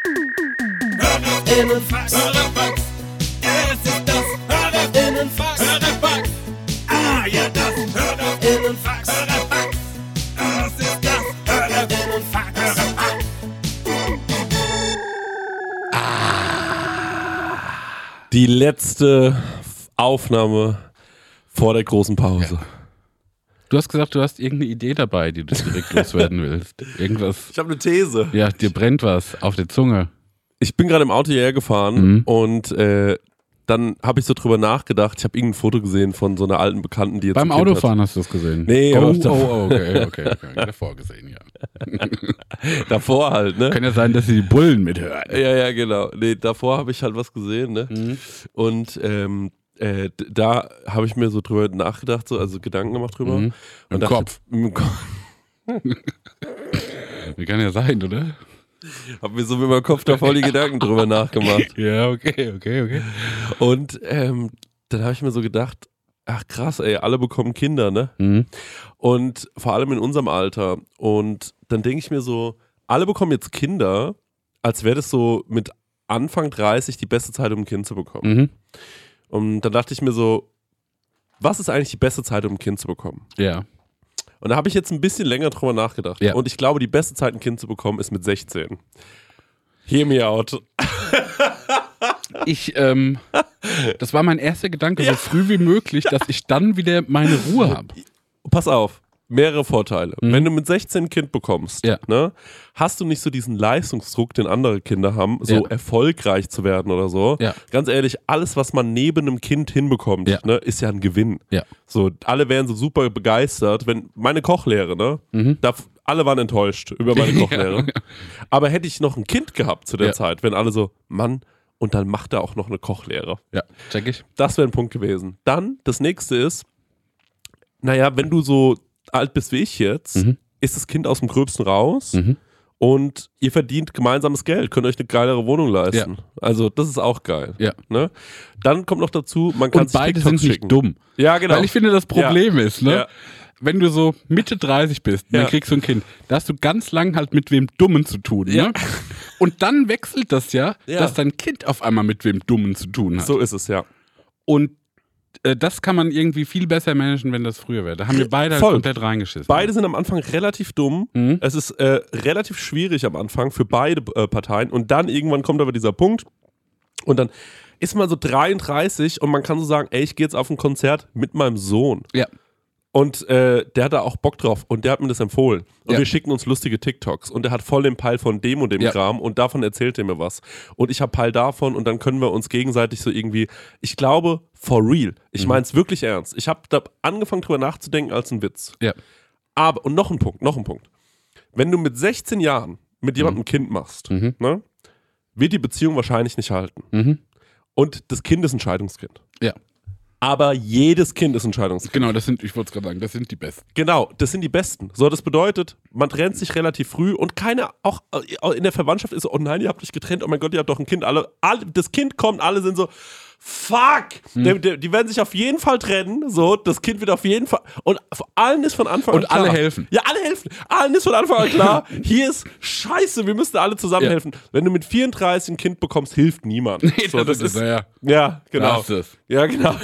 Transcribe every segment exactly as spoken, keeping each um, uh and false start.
Hörerinnenfax. Hörerfax. Es ist das Hörerinnenfax. Hörerfax. Ah, ja, das Hörerinnenfax. Hörerfax. Es ist das Hörerinnenfax. Hörerfax. Die letzte Aufnahme vor der großen Pause. Ja. Du hast gesagt, du hast irgendeine Idee dabei, die du direkt loswerden willst. Irgendwas. Ich habe eine These. Ja, dir brennt was auf der Zunge. Ich bin gerade im Auto hierher gefahren mhm. und äh, dann habe ich so drüber nachgedacht. Ich habe irgendein Foto gesehen von so einer alten Bekannten, die jetzt Beim Autofahren hast du es gesehen? Nee, oh, aber oh, oh, okay, okay, okay. Davor gesehen, ja. davor halt, ne? Kann ja sein, dass sie die Bullen mithören. Ja, ja, genau. Nee, davor habe ich halt was gesehen, ne? Mhm. Und ähm, äh, da habe ich mir so drüber nachgedacht, so, also Gedanken gemacht drüber. Mhm. Und Im dachte, Kopf. Im Kopf. Wie kann ja sein, oder? Hab mir so mit meinem Kopf da voll die Gedanken drüber nachgemacht. Ja, okay, okay, okay. Und ähm, dann habe ich mir so gedacht, ach krass, ey, alle bekommen Kinder, ne? Mhm. Und vor allem in unserem Alter. Und dann denke ich mir so, alle bekommen jetzt Kinder, als wäre das so mit Anfang dreißig die beste Zeit, um ein Kind zu bekommen. Mhm. Und dann dachte ich mir so, was ist eigentlich die beste Zeit, um ein Kind zu bekommen? Ja. Und da habe ich jetzt ein bisschen länger drüber nachgedacht. Ja. Und ich glaube, die beste Zeit, ein Kind zu bekommen, ist mit sechzehn. Hear me out. Ich, ähm, das war mein erster Gedanke, Ja. so früh wie möglich, dass ich dann wieder meine Ruhe habe. Pass auf, mehrere Vorteile. Mhm. Wenn du mit sechzehn ein Kind bekommst, Ja. ne, hast du nicht so diesen Leistungsdruck, den andere Kinder haben, so Ja. erfolgreich zu werden oder so. Ja. Ganz ehrlich, alles, was man neben einem Kind hinbekommt, Ja. ne, ist ja ein Gewinn. Ja. So, alle wären so super begeistert, wenn meine Kochlehre, ne, Mhm. da, alle waren enttäuscht über meine Kochlehre. Ja. Aber hätte ich noch ein Kind gehabt zu der Ja. Zeit, wenn alle so, Mann, und dann macht er auch noch eine Kochlehre. Ja, check ich. Das wäre ein Punkt gewesen. Dann, das nächste ist, naja, wenn du so alt bist wie ich jetzt, Mhm. ist das Kind aus dem Gröbsten raus Mhm. und ihr verdient gemeinsames Geld, könnt euch eine geilere Wohnung leisten. Also das ist auch geil. Ja. Ne? Dann kommt noch dazu, man kann Und sich beide TikToks sind nicht schicken. dumm. Ja, genau. Weil ich finde, das Problem ist, ne? Ja. Wenn du so Mitte dreißig bist, Ja. dann kriegst du ein Kind, da hast du ganz lang halt mit wem Dummen zu tun, Ja. ne? Und dann wechselt das ja, Ja. dass dein Kind auf einmal mit wem Dummen zu tun hat. So ist es, ja. Und äh, das kann man irgendwie viel besser managen, wenn das früher wäre. Da haben wir beide halt Voll. komplett reingeschissen. Beide sind am Anfang relativ dumm. Mhm. Es ist äh, relativ schwierig am Anfang für beide äh, Parteien. Und dann irgendwann kommt aber dieser Punkt und dann ist man so dreiunddreißig und man kann so sagen, ey, ich gehe jetzt auf ein Konzert mit meinem Sohn. Ja. Und äh, der hat da auch Bock drauf und der hat mir das empfohlen. Und Ja. wir schicken uns lustige TikToks und der hat voll den Peil von dem und dem Ja. Kram und davon erzählt er mir was. Und ich habe Peil davon und dann können wir uns gegenseitig so irgendwie, ich glaube, for real, ich Mhm. meine es wirklich ernst. Ich habe da angefangen drüber nachzudenken als ein Witz. Ja. Aber, und noch ein Punkt, noch ein Punkt. Wenn du mit sechzehn Jahren mit jemandem ein Kind machst, Mhm. ne, wird die Beziehung wahrscheinlich nicht halten. Mhm. Und das Kind ist ein Scheidungskind. Ja. Aber jedes Kind ist ein Scheidungskind. Genau, das sind, ich wollte es gerade sagen, das sind die Besten. Genau, das sind die Besten. So, das bedeutet, man trennt sich relativ früh und keiner, auch äh, in der Verwandtschaft ist so, oh nein, ihr habt euch getrennt, oh mein Gott, ihr habt doch ein Kind. Alle, alle das Kind kommt, alle sind so, fuck! Hm. Der, der, die werden sich auf jeden Fall trennen, so, das Kind wird auf jeden Fall, und vor allen ist von Anfang an Und klar. alle helfen. Ja, alle helfen. Allen ist von Anfang an klar, hier ist scheiße, wir müssen alle zusammen Ja. helfen. Wenn du mit vierunddreißig ein Kind bekommst, hilft niemand. Nee, so, das ist, ja. ja, genau. Das ist es. Ja, genau.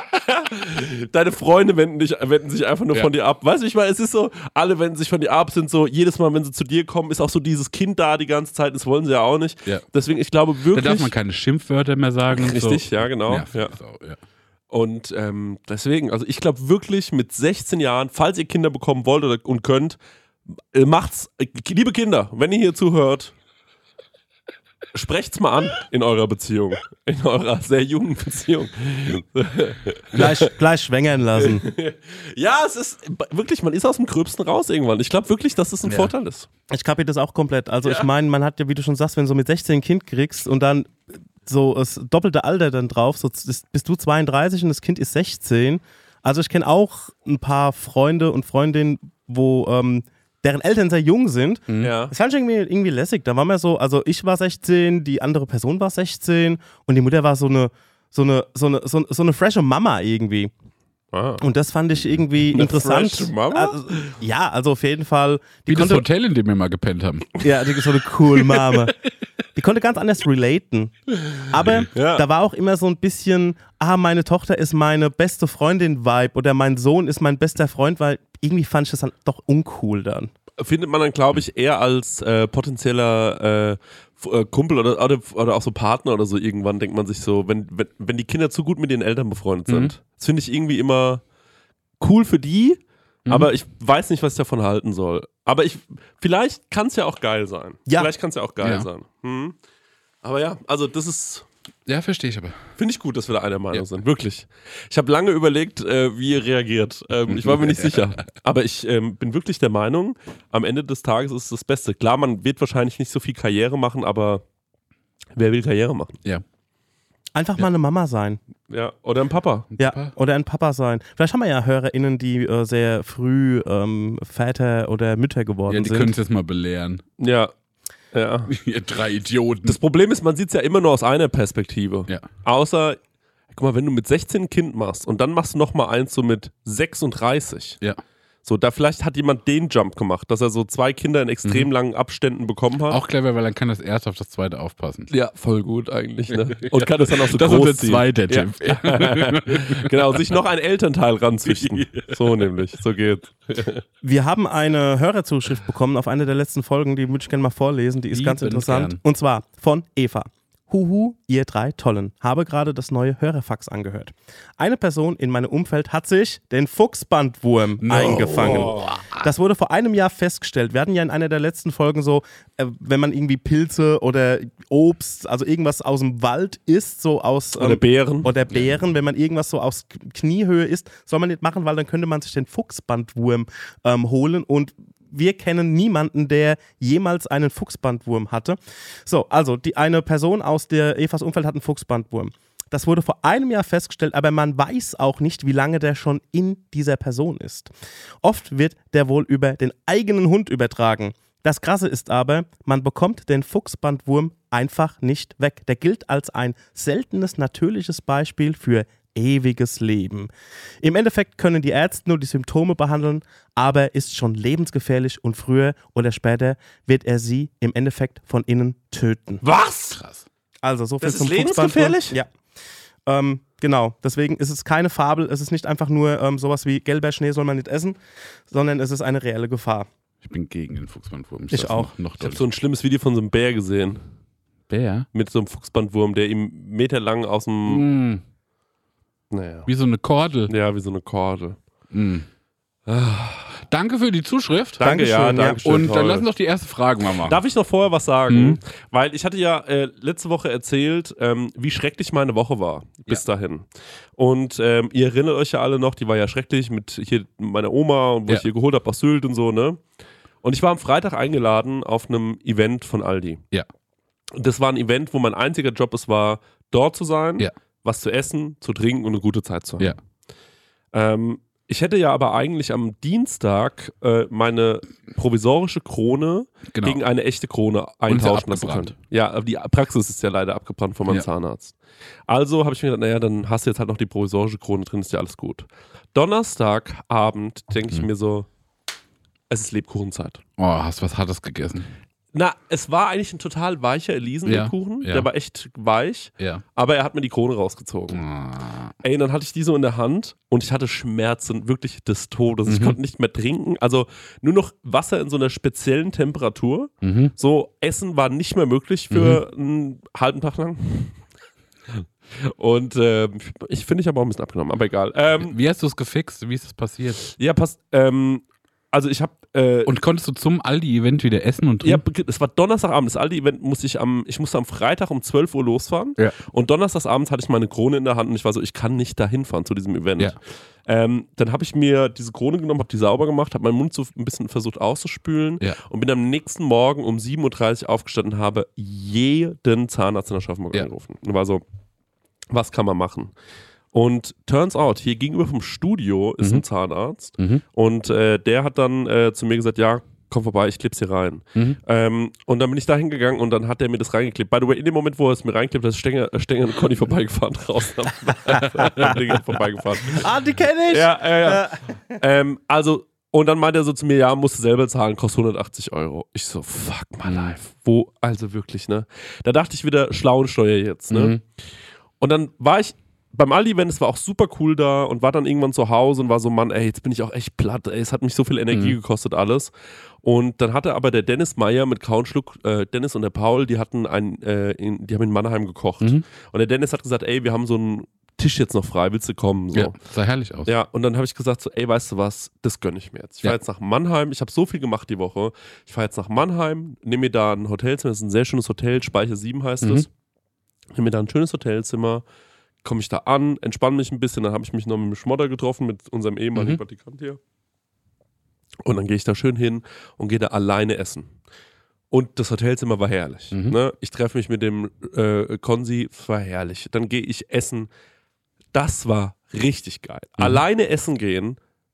Deine Freunde wenden, dich, wenden sich einfach nur Ja. von dir ab. Weißt du, ich meine, es ist so, alle wenden sich von dir ab, sind so, jedes Mal, wenn sie zu dir kommen, ist auch so dieses Kind da die ganze Zeit, das wollen sie ja auch nicht. Ja. Deswegen, ich glaube Da wirklich. darf man keine Schimpfwörter mehr sagen. Und Richtig, so. ja, genau. Ja, Ja. Sau, ja. Und ähm, deswegen, also ich glaube wirklich mit sechzehn Jahren, falls ihr Kinder bekommen wollt oder, und könnt, äh, macht's, äh, liebe Kinder, wenn ihr hier zuhört, sprecht's mal an in eurer Beziehung, in eurer sehr jungen Beziehung. Gleich, gleich schwängern lassen. Ja, es ist wirklich, man ist aus dem Gröbsten raus irgendwann. Ich glaube wirklich, dass das ein Ja. Vorteil ist. Ich kapiere das auch komplett. Also Ja. ich meine, man hat ja, wie du schon sagst, wenn du so mit sechzehn ein Kind kriegst und dann so das doppelte Alter dann drauf, so das, bist du zweiunddreißig und das Kind ist sechzehn. Also ich kenne auch ein paar Freunde und Freundinnen, wo ähm, deren Eltern sehr jung sind. Ja. Das fand ich irgendwie, irgendwie lässig. Da war man so, also ich war sechzehn, die andere Person war sechzehn und die Mutter war so eine, so eine, so eine, so eine, so eine frische Mama irgendwie. Ah. Und das fand ich irgendwie Eine interessant. frische Mama? Also, ja, also auf jeden Fall. Die Wie das konnte, Hotel, in dem wir mal gepennt haben. ja, die ist so eine cool Mama. Die konnte ganz anders relaten. Aber Ja. da war auch immer so ein bisschen, ah, meine Tochter ist meine beste Freundin-Vibe oder mein Sohn ist mein bester Freund, weil irgendwie fand ich das dann doch uncool dann. Findet man dann, glaube ich, eher als äh, potenzieller äh, F- äh, Kumpel oder, oder, oder auch so Partner oder so irgendwann, denkt man sich so, wenn, wenn, wenn die Kinder zu gut mit den Eltern befreundet sind. Mhm. Das finde ich irgendwie immer cool für die, Mhm. aber ich weiß nicht, was ich davon halten soll. Aber ich, vielleicht kann es ja auch geil sein. Ja. Vielleicht kann es ja auch geil Ja. sein. Mhm. Aber ja, also das ist... Ja, verstehe ich aber. Finde ich gut, dass wir da einer Meinung Ja. sind, wirklich. Ich habe lange überlegt, äh, wie ihr reagiert. Ähm, ich war mir nicht sicher. Aber ich ähm, bin wirklich der Meinung, am Ende des Tages ist es das Beste. Klar, man wird wahrscheinlich nicht so viel Karriere machen, aber wer will Karriere machen? Ja. Einfach mal eine Mama sein. Ja, oder ein Papa. Ja, Papa? oder ein Papa sein. Vielleicht haben wir ja HörerInnen, die äh, sehr früh ähm, Väter oder Mütter geworden Ja, die können sind. es jetzt mal belehren. Ja. Ja. Ihr drei Idioten. Das Problem ist, man sieht es ja immer nur aus einer Perspektive. Ja. Außer, guck mal, wenn du mit sechzehn ein Kind machst und dann machst du noch mal eins so mit sechsunddreißig. Ja. So, da vielleicht hat jemand den Jump gemacht, dass er so zwei Kinder in extrem Mhm. langen Abständen bekommen hat. Auch clever, weil dann kann das erste auf das zweite aufpassen. Ja, voll gut eigentlich. Ne? Und kann das dann auch so Das ist der großziehen. zweite Ja. Tipp. Genau, sich noch ein Elternteil ranzüchten. So nämlich, so geht's. Wir haben eine Hörerzuschrift bekommen auf eine der letzten Folgen, die würde ich gerne mal vorlesen, die ist ganz Liebend interessant. gern. Und zwar von Eva. Huhu, ihr drei Tollen. Habe gerade das neue Hörerfax angehört. Eine Person in meinem Umfeld hat sich den Fuchsbandwurm eingefangen. Das wurde vor einem Jahr festgestellt. Wir hatten ja in einer der letzten Folgen so, äh, wenn man irgendwie Pilze oder Obst, also irgendwas aus dem Wald isst, so aus... Oder Beeren. Oder Beeren, wenn man irgendwas so aus Kniehöhe isst, soll man nicht machen, weil dann könnte man sich den Fuchsbandwurm ähm, holen und wir kennen niemanden, der jemals einen Fuchsbandwurm hatte. So, also die eine Person aus der Evas Umfeld hat einen Fuchsbandwurm. Das wurde vor einem Jahr festgestellt, aber man weiß auch nicht, wie lange der schon in dieser Person ist. Oft wird der wohl über den eigenen Hund übertragen. Das Krasse ist aber, man bekommt den Fuchsbandwurm einfach nicht weg. Der gilt als ein seltenes, natürliches Beispiel für ewiges Leben. Im Endeffekt können die Ärzte nur die Symptome behandeln, aber ist schon lebensgefährlich und früher oder später wird er sie im Endeffekt von innen töten. Was? Krass. Also so viel Das ist zum lebensgefährlich? Fuchsbandwurm. Ja. Ähm, genau, deswegen ist es keine Fabel, es ist nicht einfach nur ähm, sowas wie gelber Schnee soll man nicht essen, sondern es ist eine reelle Gefahr. Ich bin gegen den Fuchsbandwurm. Ich sag's auch. Noch, noch Ich habe so ein schlimmes Video von so einem Bär gesehen. Bär? Mit so einem Fuchsbandwurm, der ihm meterlang aus dem. Mm, Naja. wie so eine Kordel. Ja, wie so eine Kordel. Mm. Danke für die Zuschrift. Danke, ja, Dankeschön, ja. danke schön. Und dann toll. lass uns doch die erste Frage mal machen. Darf ich noch vorher was sagen? Mhm. Weil ich hatte ja äh, letzte Woche erzählt, ähm, wie schrecklich meine Woche war bis dahin. Und ähm, ihr erinnert euch ja alle noch, die war ja schrecklich mit hier meiner Oma und wo Ja. ich hier geholt habe aus Sylt und so, ne? Und ich war am Freitag eingeladen auf einem Event von Aldi. Ja. Und das war ein Event, wo mein einziger Job es war, dort zu sein, Ja. was zu essen, zu trinken und eine gute Zeit zu haben. Ja. Ähm, ich hätte ja aber eigentlich am Dienstag äh, meine provisorische Krone Genau. gegen eine echte Krone Und eintauschen sie lassen abgebrannt. können. Ja, aber die Praxis ist ja leider abgebrannt von meinem Ja. Zahnarzt. Also habe ich mir gedacht, naja, dann hast du jetzt halt noch die provisorische Krone drin, ist ja alles gut. Donnerstagabend denke ich Mhm. mir so, es ist Lebkuchenzeit. Oh, hast was Hartes gegessen. Na, es war eigentlich ein total weicher Elisenlebkuchen, Ja, ja. der war echt weich, Ja. aber er hat mir die Krone rausgezogen. Ah. Ey, dann hatte ich die so in der Hand und ich hatte Schmerzen wirklich des Todes. Ich Mhm. konnte nicht mehr trinken. Also nur noch Wasser in so einer speziellen Temperatur. Mhm. So, Essen war nicht mehr möglich für einen halben Tag lang. Und äh, ich finde, ich habe auch ein bisschen abgenommen, aber egal. Ähm, Wie hast du es gefixt? Wie ist es passiert? ja, passt. Ähm, also ich habe äh, Und konntest du zum Aldi-Event wieder essen und ja, trinken? es war Donnerstagabend. Das Aldi-Event musste ich am, ich musste am Freitag um zwölf Uhr losfahren. Ja. Und donnerstagsabends hatte ich meine Krone in der Hand und ich war so, ich kann nicht da hinfahren zu diesem Event. Ja. Ähm, dann habe ich mir diese Krone genommen, habe die sauber gemacht, habe meinen Mund so ein bisschen versucht auszuspülen Ja. und bin am nächsten Morgen um sieben Uhr dreißig aufgestanden und habe jeden Zahnarzt in Aschaffenburg Ja. angerufen. Und war so, was kann man machen? Und turns out, hier gegenüber vom Studio ist Mhm. ein Zahnarzt Mhm. und äh, der hat dann äh, zu mir gesagt, ja, komm vorbei, ich kleb's hier rein. Mhm. Ähm, und dann bin ich da hingegangen und dann hat der mir das reingeklebt. By the way, in dem Moment, wo er es mir reinklebt, ist Stenger, äh, Stenger und Conny vorbeigefahren draußen. am Ding vorbeigefahren. Ah, die kenne ich! Ja, äh, ja. ähm, also Und dann meint er so zu mir, ja, musst du selber zahlen, kostet hundertachtzig Euro. Ich so, fuck my life. Wo, also wirklich, ne? Da dachte ich wieder, Schlauensteuer jetzt, ne? Mhm. Und dann war ich beim Aldi-Event, es war auch super cool da und war dann irgendwann zu Hause und war so, Mann, ey, jetzt bin ich auch echt platt, ey, es hat mich so viel Energie Mhm. gekostet alles. Und dann hatte aber der Dennis Meyer mit Kaunschluck, äh, Dennis und der Paul, die hatten ein, äh, in, die haben in Mannheim gekocht. Mhm. Und der Dennis hat gesagt, ey, wir haben so einen Tisch jetzt noch frei, willst du kommen? So. Ja, sah herrlich aus. Ja, und dann habe ich gesagt so, ey, weißt du was, das gönne ich mir jetzt. Ich fahre Ja. jetzt nach Mannheim, ich habe so viel gemacht die Woche. Ich fahre jetzt nach Mannheim, nehme mir da ein Hotelzimmer, das ist ein sehr schönes Hotel, Speicher sieben heißt Mhm. es. Nehme mir da ein schönes Hotelzimmer, komme ich da an, entspanne mich ein bisschen, dann habe ich mich noch mit dem Schmodder getroffen, mit unserem ehemaligen Mhm. Praktikant hier. Und dann gehe ich da schön hin und gehe da alleine essen. Und das Hotelzimmer war herrlich. Mhm. Ne? Ich treffe mich mit dem äh, Konsi, es war herrlich. Dann gehe ich essen. Das war richtig geil. Mhm. Alleine essen gehen,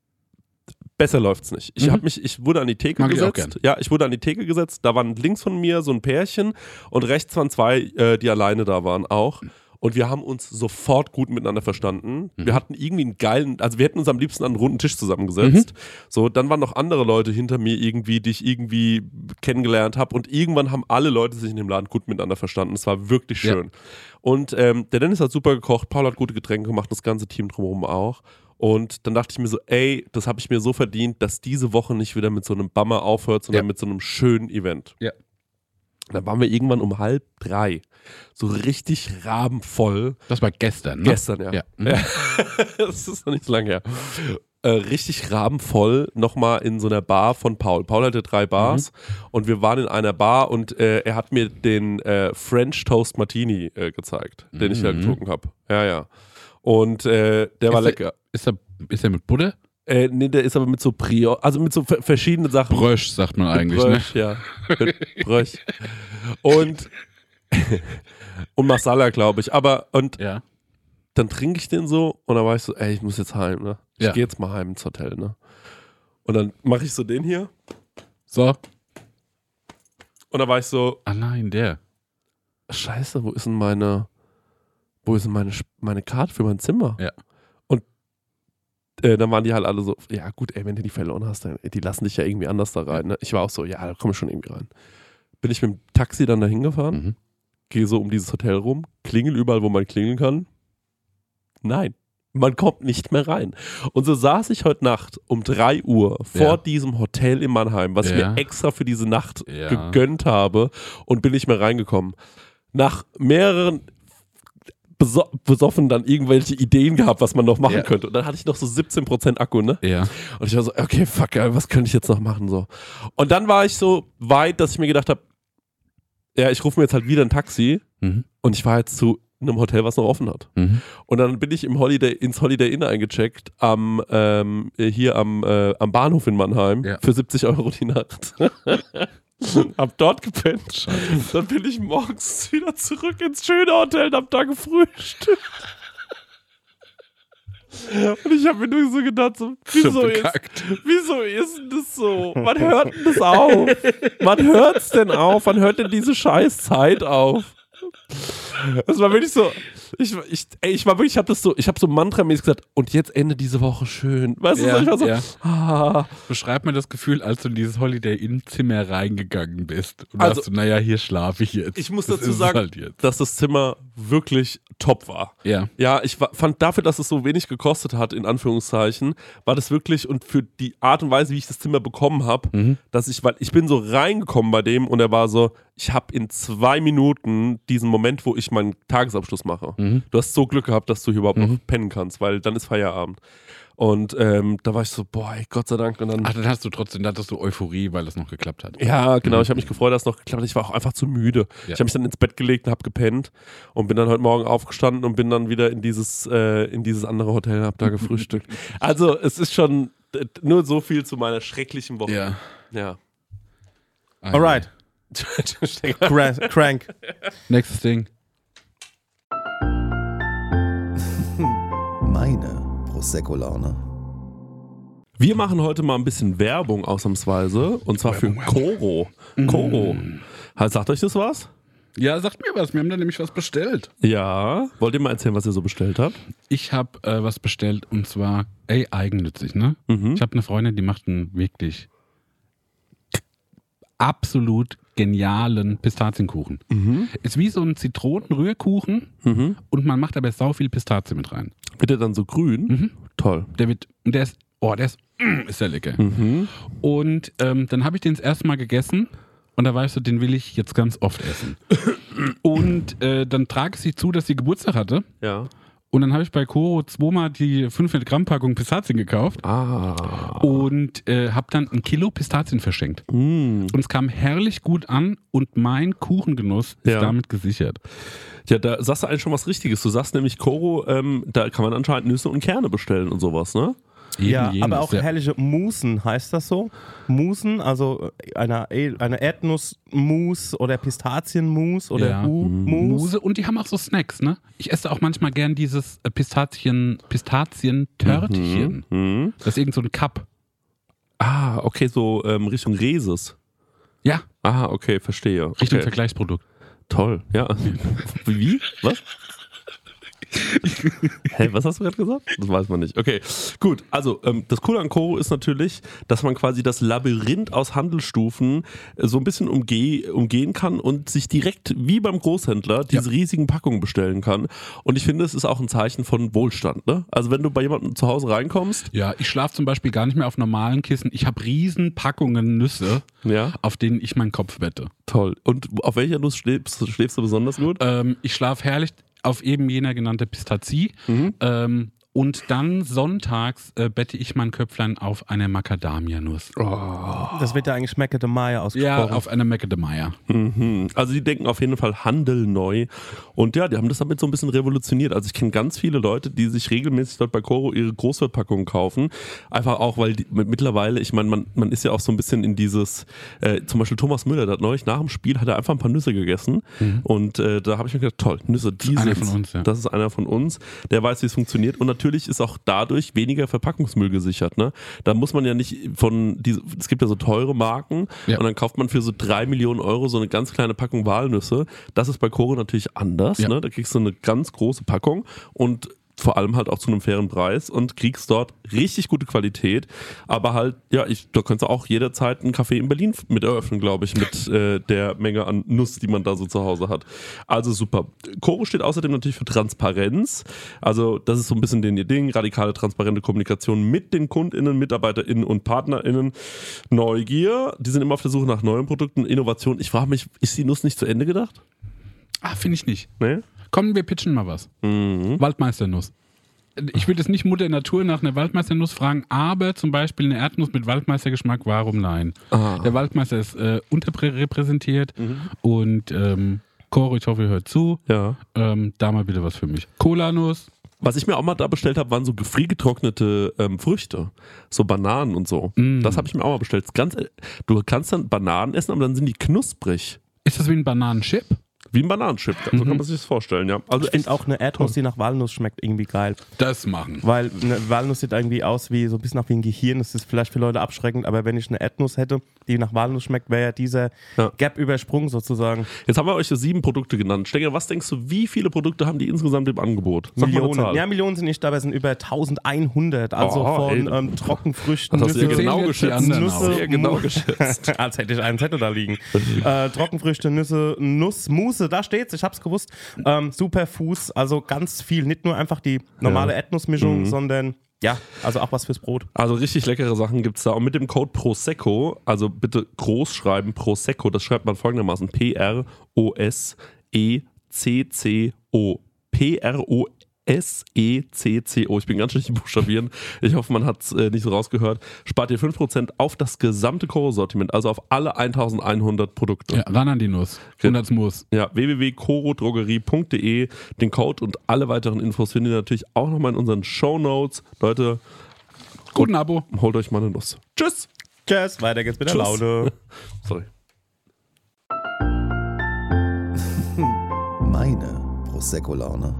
besser läuft's nicht. Ich Mhm. habe mich, ich wurde an die Theke Mag ich auch gesetzt. Ja, ich wurde an die Theke gesetzt. Da waren links von mir so ein Pärchen und rechts waren zwei, äh, die alleine da waren auch. Und wir haben uns sofort gut miteinander verstanden. Mhm. Wir hatten irgendwie einen geilen, also wir hätten uns am liebsten an einen runden Tisch zusammengesetzt. Mhm. So, dann waren noch andere Leute hinter mir irgendwie, die ich irgendwie kennengelernt habe. Und irgendwann haben alle Leute sich in dem Laden gut miteinander verstanden. Es war wirklich Ja. schön. Und ähm, der Dennis hat super gekocht, Paul hat gute Getränke gemacht, das ganze Team drumherum auch. Und dann dachte ich mir so, ey, das habe ich mir so verdient, dass diese Woche nicht wieder mit so einem Bummer aufhört, sondern Ja. mit so einem schönen Event. Ja. Da waren wir irgendwann um halb drei, so richtig rabenvoll. Das war gestern, ne? Gestern, ja. Ja. Mhm. Ja. Das ist noch nicht so lange her. Äh, richtig rabenvoll nochmal in so einer Bar von Paul. Paul hatte drei Bars und wir waren in einer Bar und äh, er hat mir den äh, French Toast Martini äh, gezeigt, den ich da Mhm. getrunken habe. Ja, ja. Und äh, der war Ist der- lecker. Ist er, ist er mit Butter? Äh, nee, der ist aber mit so Prior, also mit so ver- verschiedenen Sachen. Brösch, sagt man eigentlich, ne? Brösch, ja. Mit Brösch. Und, und Masala, glaube ich. Aber, und Ja. dann trinke ich den so und dann war ich so, ey, ich muss jetzt heim, ne? Ich Ja. gehe jetzt mal heim ins Hotel, ne? Und dann mache ich so den hier So. und dann war ich so, Ah nein, der. scheiße, wo ist denn meine, wo ist denn meine, Sch- meine Karte für mein Zimmer? Ja. Und äh, dann waren die halt alle so, ja gut, ey, wenn du die verloren hast, dann, die lassen dich ja irgendwie anders da rein, ne? Ich war auch so, ja, da komme ich schon irgendwie rein. Bin ich mit dem Taxi dann da hingefahren, Mhm. gehe so um dieses Hotel rum, klingel überall, wo man klingeln kann. Nein, man kommt nicht mehr rein. Und so saß ich heute Nacht um drei Uhr vor Ja. diesem Hotel in Mannheim, was ich Ja. mir extra für diese Nacht Ja. gegönnt habe und bin nicht mehr reingekommen. Nach mehreren beso besoffen dann irgendwelche Ideen gehabt, was man noch machen Ja. könnte. Und dann hatte ich noch so siebzehn Prozent Akku, ne? Ja. Und ich war so, okay, fuck, geil, was könnte ich jetzt noch machen? So. Und dann war ich so weit, dass ich mir gedacht habe, ja, ich rufe mir jetzt halt wieder ein Taxi Mhm. und ich war jetzt zu einem Hotel, was noch offen hat. Mhm. Und dann bin ich im Holiday, ins Holiday Inn eingecheckt, am, ähm, hier am, äh, am Bahnhof in Mannheim Ja. für siebzig Euro die Nacht. Hab dort gepennt. Dann bin ich morgens wieder zurück ins schöne Hotel und hab da gefrühstückt. Und ich habe mir nur so gedacht, so, wieso, Schon ist, bekackt. wieso ist denn das so? Wann hört denn das auf? Wann hört's denn auf? Wann hört denn diese scheiß Zeit auf? Das war wirklich so, ich, ich, ey, ich war wirklich, ich habe das so, ich habe so mantramäßig gesagt, und jetzt Ende diese Woche schön. Weißt du, Ja, so, ich war so, ja. ah, Beschreib mir das Gefühl, als du in dieses Holiday Inn Zimmer reingegangen bist. Und Also- dachtest du, naja, hier schlafe ich jetzt. ich muss Das dazu ist es sagen, Halt jetzt. dass das Zimmer wirklich top war. Ja. Ja, ich wa- fand dafür, dass es so wenig gekostet hat, in Anführungszeichen, war das wirklich, und für die Art und Weise, wie ich das Zimmer bekommen habe, Mhm. dass ich, weil ich bin so reingekommen bei dem und er war so, ich habe in zwei Minuten diesen Moment, wo ich meinen Tagesabschluss mache. Mhm. Du hast so Glück gehabt, dass du hier überhaupt Mhm. noch pennen kannst, weil dann ist Feierabend. Und ähm, da war ich so, boah, ey, Gott sei Dank. Und dann, Ach, dann hast du trotzdem, dann hattest du Euphorie, weil das noch geklappt hat. ja, genau, Mhm. ich habe mich gefreut, dass es noch geklappt hat. Ich war auch einfach zu müde. Ja. Ich habe mich dann ins Bett gelegt und habe gepennt und bin dann heute Morgen aufgestanden und bin dann wieder in dieses, äh, in dieses andere Hotel und habe da gefrühstückt. Also es ist schon äh, nur so viel zu meiner schrecklichen Woche. Ja. Ja. Alright. Cra- Crank. Nächstes Ding. Meine Prosecco-Laune. Wir machen heute mal ein bisschen Werbung ausnahmsweise und zwar für Koro. Koro. Halt, sagt euch das was? Ja, sagt mir was. Wir haben da nämlich was bestellt. Ja, wollt ihr mal erzählen, was ihr so bestellt habt? Ich habe äh, was bestellt und zwar, ey, eigennützig, ne? Mhm. Ich habe eine Freundin, die macht einen wirklich absolut genialen Pistazienkuchen. Mhm. Ist wie so ein Zitronenrührkuchen Mhm. und man macht aber sau viel Pistazie mit rein. Wird der dann so grün? Mhm. Toll. Der wird, der ist, oh, der ist, mm, ist der lecker. Mhm. Und ähm, dann habe ich den das erste Mal gegessen und da war ich so, den will ich jetzt ganz oft essen. Und äh, dann trage ich sie zu, dass sie Geburtstag hatte. Ja. Und dann habe ich bei Koro zweimal die fünfhundert Gramm Packung Pistazien gekauft Ah. und äh, habe dann ein Kilo Pistazien verschenkt. Mm. Und es kam herrlich gut an und mein Kuchengenuss ist Ja. damit gesichert. Ja, da sagst du eigentlich schon was Richtiges. Du sagst nämlich, Koro, ähm, da kann man anscheinend Nüsse und Kerne bestellen und sowas, ne? Eben Ja, jenes, aber auch ja. herrliche Musen, heißt das so? Musen, also eine, eine Erdnussmus oder Pistazienmus oder Ja. Hu-Mus. Muse und die haben auch so Snacks, ne? Ich esse auch manchmal gern dieses äh, Pistazien, Pistazien-Törtchen. Mhm. Das ist irgend so ein Cup. Ah, okay, so ähm, Richtung Reses. Ja, Ah, okay, verstehe. Richtung okay. Vergleichsprodukt. Toll, ja. Wie? Was? Hä, was hast du gerade gesagt? Das weiß man nicht. Okay, gut. Also, ähm, das Coole an Koro ist natürlich, dass man quasi das Labyrinth aus Handelsstufen äh, so ein bisschen umge- umgehen kann und sich direkt wie beim Großhändler diese riesigen Packungen bestellen kann. Und ich finde, es ist auch ein Zeichen von Wohlstand. Ne? Also, wenn du bei jemandem zu Hause reinkommst, Ja, ich schlafe zum Beispiel gar nicht mehr auf normalen Kissen. Ich habe riesen Packungen Nüsse, ja, auf denen ich meinen Kopf wette. toll. Und auf welcher Nuss schläfst, schläfst du besonders gut? Ähm, ich schlafe herrlich auf eben jener genannte Pistazie. Mhm. Ähm, und dann sonntags äh, bette ich mein Köpflein auf eine Macadamia-Nuss. Das wird ja eigentlich Schmecke de Maya Ja, ausgesprochen. auf eine Macadamia. Mhm. Also die denken auf jeden Fall Handel neu und ja, die haben das damit so ein bisschen revolutioniert. Also ich kenne ganz viele Leute, die sich regelmäßig dort bei Koro ihre Großwertpackungen kaufen. Einfach auch, weil die, mittlerweile, ich meine, man, man ist ja auch so ein bisschen in dieses, äh, zum Beispiel Thomas Müller, der hat neulich nach dem Spiel, hat er einfach ein paar Nüsse gegessen und äh, da habe ich mir gedacht, toll, Nüsse, die einer sind's. von uns, ja. Das ist einer von uns, der weiß, wie es funktioniert und natürlich ist auch dadurch weniger Verpackungsmüll gesichert. Ne? Da muss man ja nicht von, diese, es gibt ja so teure Marken Ja. und dann kauft man für so drei Millionen Euro so eine ganz kleine Packung Walnüsse. Das ist bei Koro natürlich anders. Ja. Ne? Da kriegst du eine ganz große Packung und vor allem halt auch zu einem fairen Preis und kriegst dort richtig gute Qualität. Aber halt, ja, ich, da könntest du auch jederzeit einen Café in Berlin mit eröffnen, glaube ich, mit äh, der Menge an Nuss, die man da so zu Hause hat. Also super. Koro steht außerdem natürlich für Transparenz. Also das ist so ein bisschen den ihr Ding. Radikale, transparente Kommunikation mit den KundInnen, MitarbeiterInnen und PartnerInnen. Neugier. Die sind immer auf der Suche nach neuen Produkten. Innovation. Ich frage mich, ist die Nuss nicht zu Ende gedacht? Ah, finde ich nicht. Nee? Komm, wir pitchen mal was. Mhm. Waldmeisternuss. Ich will jetzt nicht Mutter Natur nach einer Waldmeisternuss fragen, aber zum Beispiel eine Erdnuss mit Waldmeistergeschmack, warum nein? Ah. Der Waldmeister ist äh, unterrepräsentiert Mhm. und ähm, Koro, ich hoffe, ihr hört zu. Ja. Ähm, da mal bitte was für mich. Cola-Nuss. Was ich mir auch mal da bestellt habe, waren so gefriergetrocknete ähm, Früchte. So Bananen und so. Mm. Das habe ich mir auch mal bestellt. Ganz, du kannst dann Bananen essen, aber dann sind die knusprig. Ist das wie ein Bananenchip? Wie ein Bananenchip. So kann man sich das vorstellen, ja. Also Ich finde auch eine Erdnuss, die nach Walnuss schmeckt, irgendwie geil. Das machen. Weil eine Walnuss sieht irgendwie aus wie so ein bisschen nach wie ein Gehirn. Das ist vielleicht für Leute abschreckend, aber wenn ich eine Erdnuss hätte, die nach Walnuss schmeckt, wäre ja dieser Ja. Gap übersprungen sozusagen. Jetzt haben wir euch so sieben Produkte genannt. Stenger, was denkst du, wie viele Produkte haben die insgesamt im Angebot? Sag mal eine Millionen. Zahl. Ja, Millionen sind nicht dabei, es sind über eintausendeinhundert. Also Oh, von ey. ähm, Trockenfrüchten, Das hast du ja Nüsse, genau Zählen jetzt die geschätzt. anderen Nüsse, auf. sehr genau Mu- geschätzt. Als hätte ich einen Zettel da liegen. äh, Trockenfrüchte, Nüsse, Nuss, Muse, da steht's, ich hab's gewusst. Ähm, Superfuß, also ganz viel. Nicht nur einfach die normale Ja. Erdnussmischung, Mhm. sondern ja, also auch was fürs Brot. Also richtig leckere Sachen gibt es da. Und mit dem Code Prosecco, also bitte groß schreiben, Prosecco, das schreibt man folgendermaßen: P R O S E C C O. P R O S E C C O. Ich bin ganz schlecht im Buchstabieren. Ich hoffe, man hat es äh, nicht so rausgehört. Spart ihr fünf Prozent auf das gesamte Koro-Sortiment, also auf alle eintausendeinhundert Produkte. Ja, ran an die Nuss. hundert Muss. Ja, w w w punkt korodrogerie punkt d e. Den Code und alle weiteren Infos findet ihr natürlich auch nochmal in unseren Shownotes. Leute, Guten Abo. holt euch mal eine Nuss. Tschüss! Tschüss, weiter geht's mit der Tschüss. Laune. Sorry. Meine Prosecco-Laune.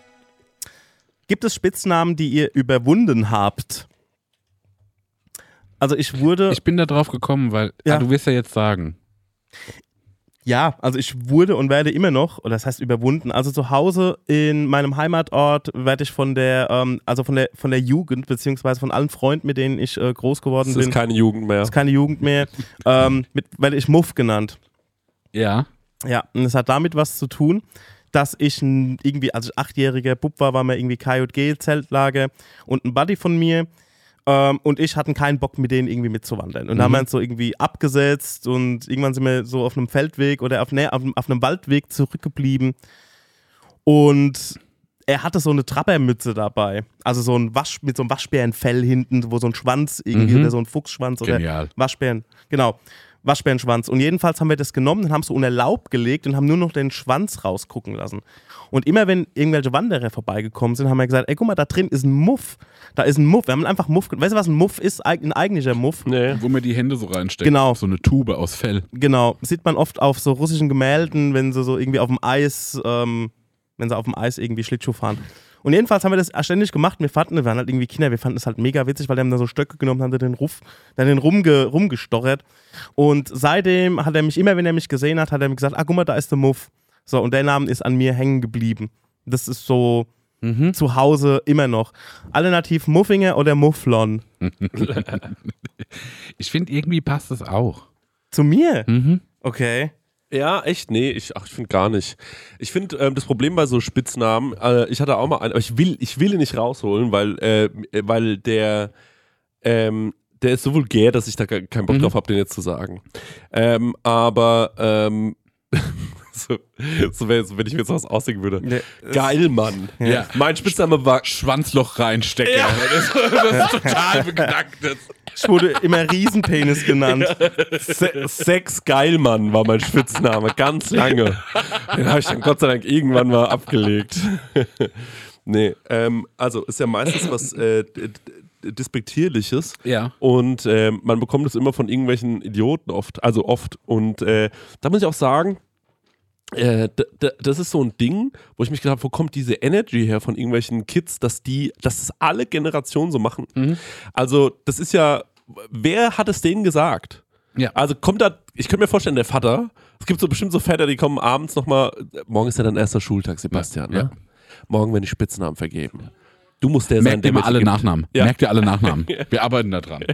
Gibt es Spitznamen, die ihr überwunden habt? Also ich wurde... Ich bin da drauf gekommen, weil Ja. ah, du wirst ja jetzt sagen. Ja, also ich wurde und werde immer noch, oder das heißt überwunden, also zu Hause in meinem Heimatort werde ich von der, ähm, also von der von der Jugend, beziehungsweise von allen Freunden, mit denen ich äh, groß geworden Das ist bin, keine Jugend mehr. ist keine Jugend mehr, ähm, mit, werde ich Muff genannt. Ja. Ja, und es hat damit was zu tun, dass ich n- irgendwie, als ich achtjähriger Bub war, war mir irgendwie K J G-Zeltlager und ein Buddy von mir ähm, und ich hatten keinen Bock, mit denen irgendwie mitzuwandern. Und Mhm. da haben wir uns so irgendwie abgesetzt und irgendwann sind wir so auf einem Feldweg oder auf, nee, auf, auf einem Waldweg zurückgeblieben und er hatte so eine Trappermütze dabei, also so ein Wasch, mit so einem Waschbärenfell hinten, wo so ein Schwanz irgendwie, Mhm. oder so ein Fuchsschwanz oder Genial. Waschbären, genau. Waschbärenschwanz. Und jedenfalls haben wir das genommen und haben es so unter Laub gelegt und haben nur noch den Schwanz rausgucken lassen. Und immer wenn irgendwelche Wanderer vorbeigekommen sind, haben wir gesagt, ey, guck mal, da drin ist ein Muff. Da ist ein Muff. Wir haben einfach Muff. Weißt du, was ein Muff ist? Eig- Ein eigentlicher Muff. Nee. Wo man die Hände so reinsteckt. Genau. So eine Tube aus Fell. Genau. Sieht man oft auf so russischen Gemälden, wenn sie so irgendwie auf dem Eis, ähm, wenn sie auf dem Eis irgendwie Schlittschuh fahren. Und jedenfalls haben wir das ständig gemacht. Wir fanden, wir waren halt irgendwie Kinder, wir fanden das halt mega witzig, weil die haben da so Stöcke genommen, haben da den Ruf, dann den rumge, rumgestochert. Und seitdem hat er mich, immer wenn er mich gesehen hat, hat er mir gesagt, ah, guck mal, da ist der Muff. So, und der Name ist an mir hängen geblieben. Das ist so Mhm. zu Hause immer noch. Alternativ Muffinger oder Mufflon. Ich finde, irgendwie passt es auch. Zu mir? Mhm. Okay. Ja, echt? Nee, ich, ach, ich finde gar nicht. Ich finde, ähm, das Problem bei so Spitznamen, äh, ich hatte auch mal einen, aber ich will, ich will ihn nicht rausholen, weil, äh, weil der, ähm, der ist so vulgär, dass ich da ke- keinen Bock Mhm. drauf habe, den jetzt zu sagen. Ähm, aber, ähm, so, so, wär, so, wenn ich mir jetzt was ausdenken würde. Nee, Geil, Mann. Ja. Mein Spitzname war Schwanzloch reinstecken. Das, das ist total beknackt. Das. Ich wurde immer Riesenpenis genannt. Se Sex Geilmann war mein Spitzname, ganz lange. Den habe ich dann Gott sei Dank irgendwann mal abgelegt. Nee, ähm, also ist ja meistens was äh, d- d- Despektierliches. Ja. Und äh, man bekommt es immer von irgendwelchen Idioten oft, also oft. Und äh, da muss ich auch sagen, äh, d- d- das ist so ein Ding, wo ich mich gedacht habe, wo kommt diese Energy her von irgendwelchen Kids, dass die, dass das alle Generationen so machen. Mhm. Also das ist ja, wer hat es denen gesagt? Ja. Also kommt da, ich könnte mir vorstellen, der Vater, es gibt so bestimmt so Väter, die kommen abends nochmal, morgen ist ja dein erster Schultag, Sebastian, Ja. ne? Morgen werden die Spitznamen vergeben. Du musst der sein, Merkt der ihr mal welche alle gibt. Nachnamen. Ja. Merkt ihr alle Nachnamen. Wir arbeiten da dran.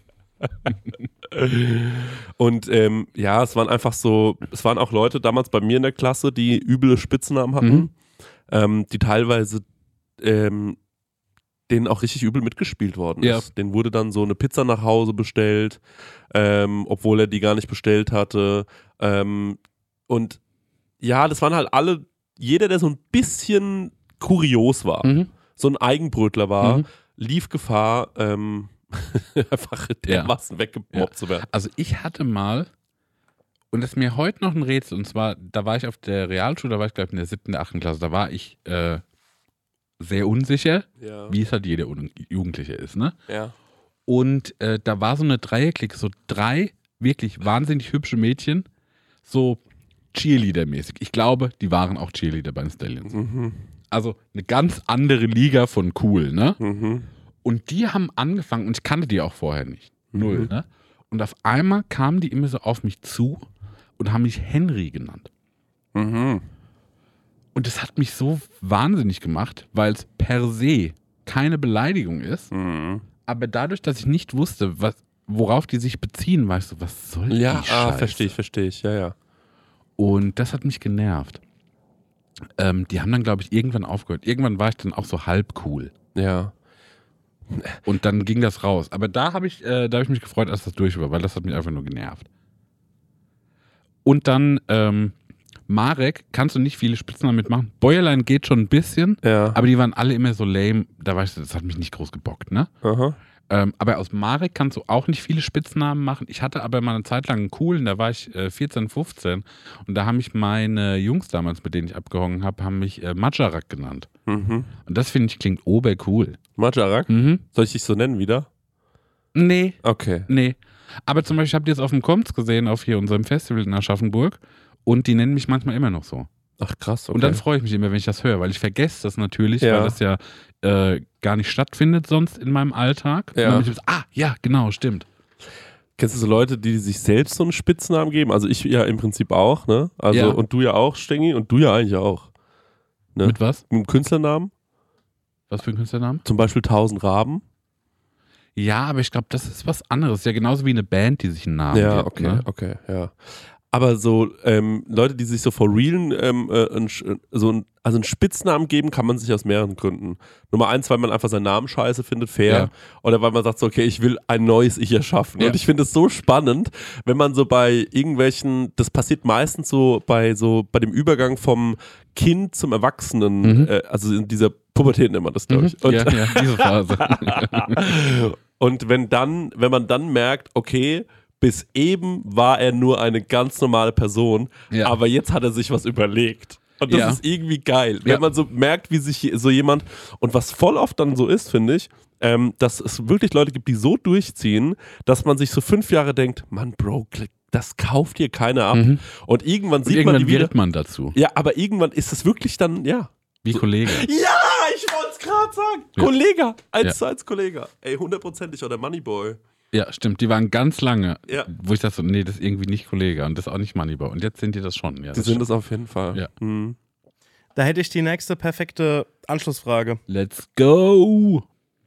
Und ähm, ja, es waren einfach so, es waren auch Leute damals bei mir in der Klasse, die üble Spitznamen hatten, Mhm. ähm, die teilweise ähm, denen auch richtig übel mitgespielt worden ist. Ja. Denen wurde dann so eine Pizza nach Hause bestellt, ähm, obwohl er die gar nicht bestellt hatte. Ähm, und ja, das waren halt alle, jeder, der so ein bisschen kurios war, Mhm. so ein Eigenbrötler war, Mhm. lief Gefahr, ähm, einfach dermaßen weggemobbt Ja. zu werden. Also ich hatte mal, und das ist mir heute noch ein Rätsel, und zwar, da war ich auf der Realschule, da war ich glaube ich in der siebten, der achten Klasse, da war ich äh, sehr unsicher, Ja. wie es halt jeder Un- Jugendliche ist, ne? Ja. Und äh, da war so eine Dreierklicke, so drei wirklich wahnsinnig hübsche Mädchen, so Cheerleader-mäßig. Ich glaube, die waren auch Cheerleader bei den Stallions. Mhm. Also eine ganz andere Liga von cool, ne? Mhm. Und die haben angefangen, und ich kannte die auch vorher nicht. Null, Mhm. ne? Und auf einmal kamen die immer so auf mich zu und haben mich Henry genannt. Mhm. Und das hat mich so wahnsinnig gemacht, weil es per se keine Beleidigung ist. Mhm. Aber dadurch, dass ich nicht wusste, was, worauf die sich beziehen, weißt du, was soll Ja, die ah, Scheiße? verstehe ich, verstehe ich, ja, ja. Und das hat mich genervt. Ähm, die haben dann, glaube ich, irgendwann aufgehört. Irgendwann war ich dann auch so halb cool. Ja. Und dann ging das raus. Aber da habe ich, äh, da hab ich mich gefreut, als das durch war, weil das hat mich einfach nur genervt. Und dann, ähm, Marek, kannst du nicht viele Spitznamen mitmachen. Bäuerlein geht schon ein bisschen, Ja. aber die waren alle immer so lame. Da war ich, das hat mich nicht groß gebockt, ne? Aha. Ähm, aber aus Marek kannst du auch nicht viele Spitznamen machen. Ich hatte aber mal eine Zeit lang einen coolen, da war ich äh, vierzehn, fünfzehn und da haben mich meine Jungs damals, mit denen ich abgehangen habe, haben mich äh, Majarak genannt. Mhm. Und das finde ich klingt obercool. Majarak? Mhm. Soll ich dich so nennen wieder? Nee, Okay. nee. Aber zum Beispiel, ich habe die jetzt auf dem Komms gesehen, auf hier unserem Festival in Aschaffenburg und die nennen mich manchmal immer noch so. Ach krass, okay. Und dann freue ich mich immer, wenn ich das höre, weil ich vergesse das natürlich, Ja. weil das ja äh, gar nicht stattfindet sonst in meinem Alltag. Ja. Und dann bin ich so, ah, ja, genau, stimmt. Kennst du so Leute, die sich selbst so einen Spitznamen geben? Also ich ja im Prinzip auch, ne? Also Ja. und du ja auch, Stengi, und du ja eigentlich auch. Ne? Mit was? Mit einem Künstlernamen? Was für ein Künstlername? Zum Beispiel Tausend Raben. Ja, aber ich glaube, das ist was anderes. Ja, genauso wie eine Band, die sich einen Namen Ja, gibt. okay, Ne? okay, ja. Aber so ähm, Leute, die sich so for real ähm, äh, ein, so ein, also einen Spitznamen geben, kann man sich aus mehreren Gründen. Nummer eins, weil man einfach seinen Namen scheiße findet, fair. Ja. Oder weil man sagt so, okay, ich will ein neues Ich erschaffen. Ja. Und ich finde es so spannend, wenn man so bei irgendwelchen, das passiert meistens so bei so bei dem Übergang vom Kind zum Erwachsenen, Mhm. äh, also in dieser Pubertät nennt man das, glaube ich. Mhm. Und, Ja, ja, diese Phase. und wenn dann, wenn man dann merkt, okay, bis eben war er nur eine ganz normale Person, Ja. aber jetzt hat er sich was überlegt. Und das Ja. ist irgendwie geil, wenn Ja. man so merkt, wie sich so jemand, und was voll oft dann so ist, finde ich, ähm, dass es wirklich Leute gibt, die so durchziehen, dass man sich so fünf Jahre denkt, Mann, Bro, das kauft hier keiner ab. Mhm. Und irgendwann Und sieht irgendwann man die wieder. wird man dazu. Ja, aber irgendwann ist es wirklich dann, ja. Wie Kollege. Ja, ich wollte es gerade sagen. Ja. Kollege, eins Ja. zu eins Kollege. Ey, hundertprozentig, oder Moneyboy. Ja, stimmt. Die waren ganz lange, Ja. wo ich dachte, so, nee, das ist irgendwie nicht Kollege und das ist auch nicht Moneyboy. Und jetzt sind die das schon. Ja, Die das sind stimmt. es auf jeden Fall. Ja. Mhm. Da hätte ich die nächste perfekte Anschlussfrage. Let's go!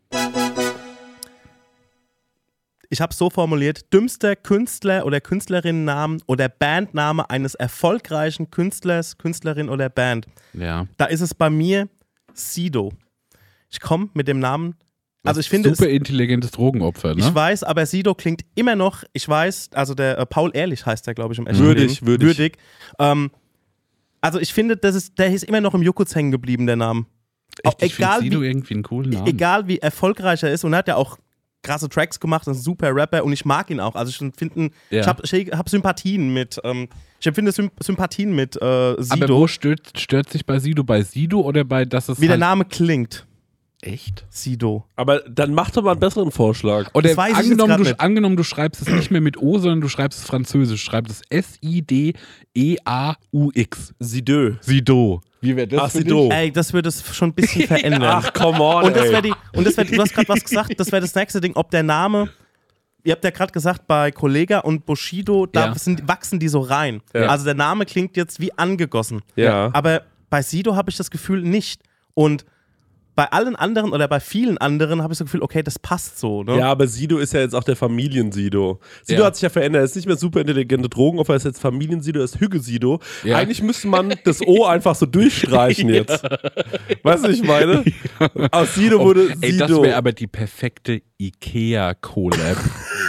Ich habe es so formuliert: dümmster Künstler oder Künstlerinnennamen oder Bandname eines erfolgreichen Künstlers, Künstlerin oder Band. Ja. Da ist es bei mir Sido. Ich komme mit dem Namen, also ich finde es, Super intelligentes Drogenopfer, ne? ich weiß, aber Sido klingt immer noch, ich weiß, also der äh, Paul Ehrlich heißt der, glaube ich, im echten Würdig, Leben. würdig. Würdig. Ähm, also ich finde, das ist, der ist immer noch im Juckuz hängen geblieben, der Name. Auch Echt, ich find egal, Sido wie, irgendwie einen coolen Namen. egal wie erfolgreich er ist, und er hat ja auch krasse Tracks gemacht, ist ein super Rapper und ich mag ihn auch. Also ich finde, Ja. ich habe ich hab Sympathien mit, ähm, ich empfinde Symp Sympathien mit äh, Aber Sido, wo stört, stört sich bei Sido? Bei Sido oder bei, dass es wie der halt Name klingt. Echt? Sido. Aber dann mach doch mal einen besseren Vorschlag. Oder Das weiß ich jetzt angenommen, grad du, nicht. angenommen, du schreibst es nicht mehr mit O, sondern du schreibst es französisch. Schreibst es S I D E A U X. Sidö. Sido. Wie wäre das Ach, für Sido. dich? Ey, das würde es schon ein bisschen verändern. Ach, come on, Und das ey. wäre die, und das wär, du hast gerade was gesagt, das wäre das nächste Ding, ob der Name, ihr habt ja gerade gesagt, bei Kollega und Bushido, da Ja. sind, wachsen die so rein. Ja. Also der Name klingt jetzt wie angegossen. Ja. Aber bei Sido habe ich das Gefühl nicht. Und bei allen anderen oder bei vielen anderen habe ich das Gefühl, okay, das passt so. Ne? Ja, aber Sido ist ja jetzt auch der Familien-Sido. Sido Ja. hat sich ja verändert. Er ist nicht mehr super intelligente Drogenopfer, er ist jetzt Familien-Sido, er ist Hügge-Sido. Ja. Eigentlich müsste man das O einfach so durchstreichen jetzt. Weißt du, was ich meine? Aus Sido wurde Sido. Ey, das wäre aber die perfekte Ikea-Collab.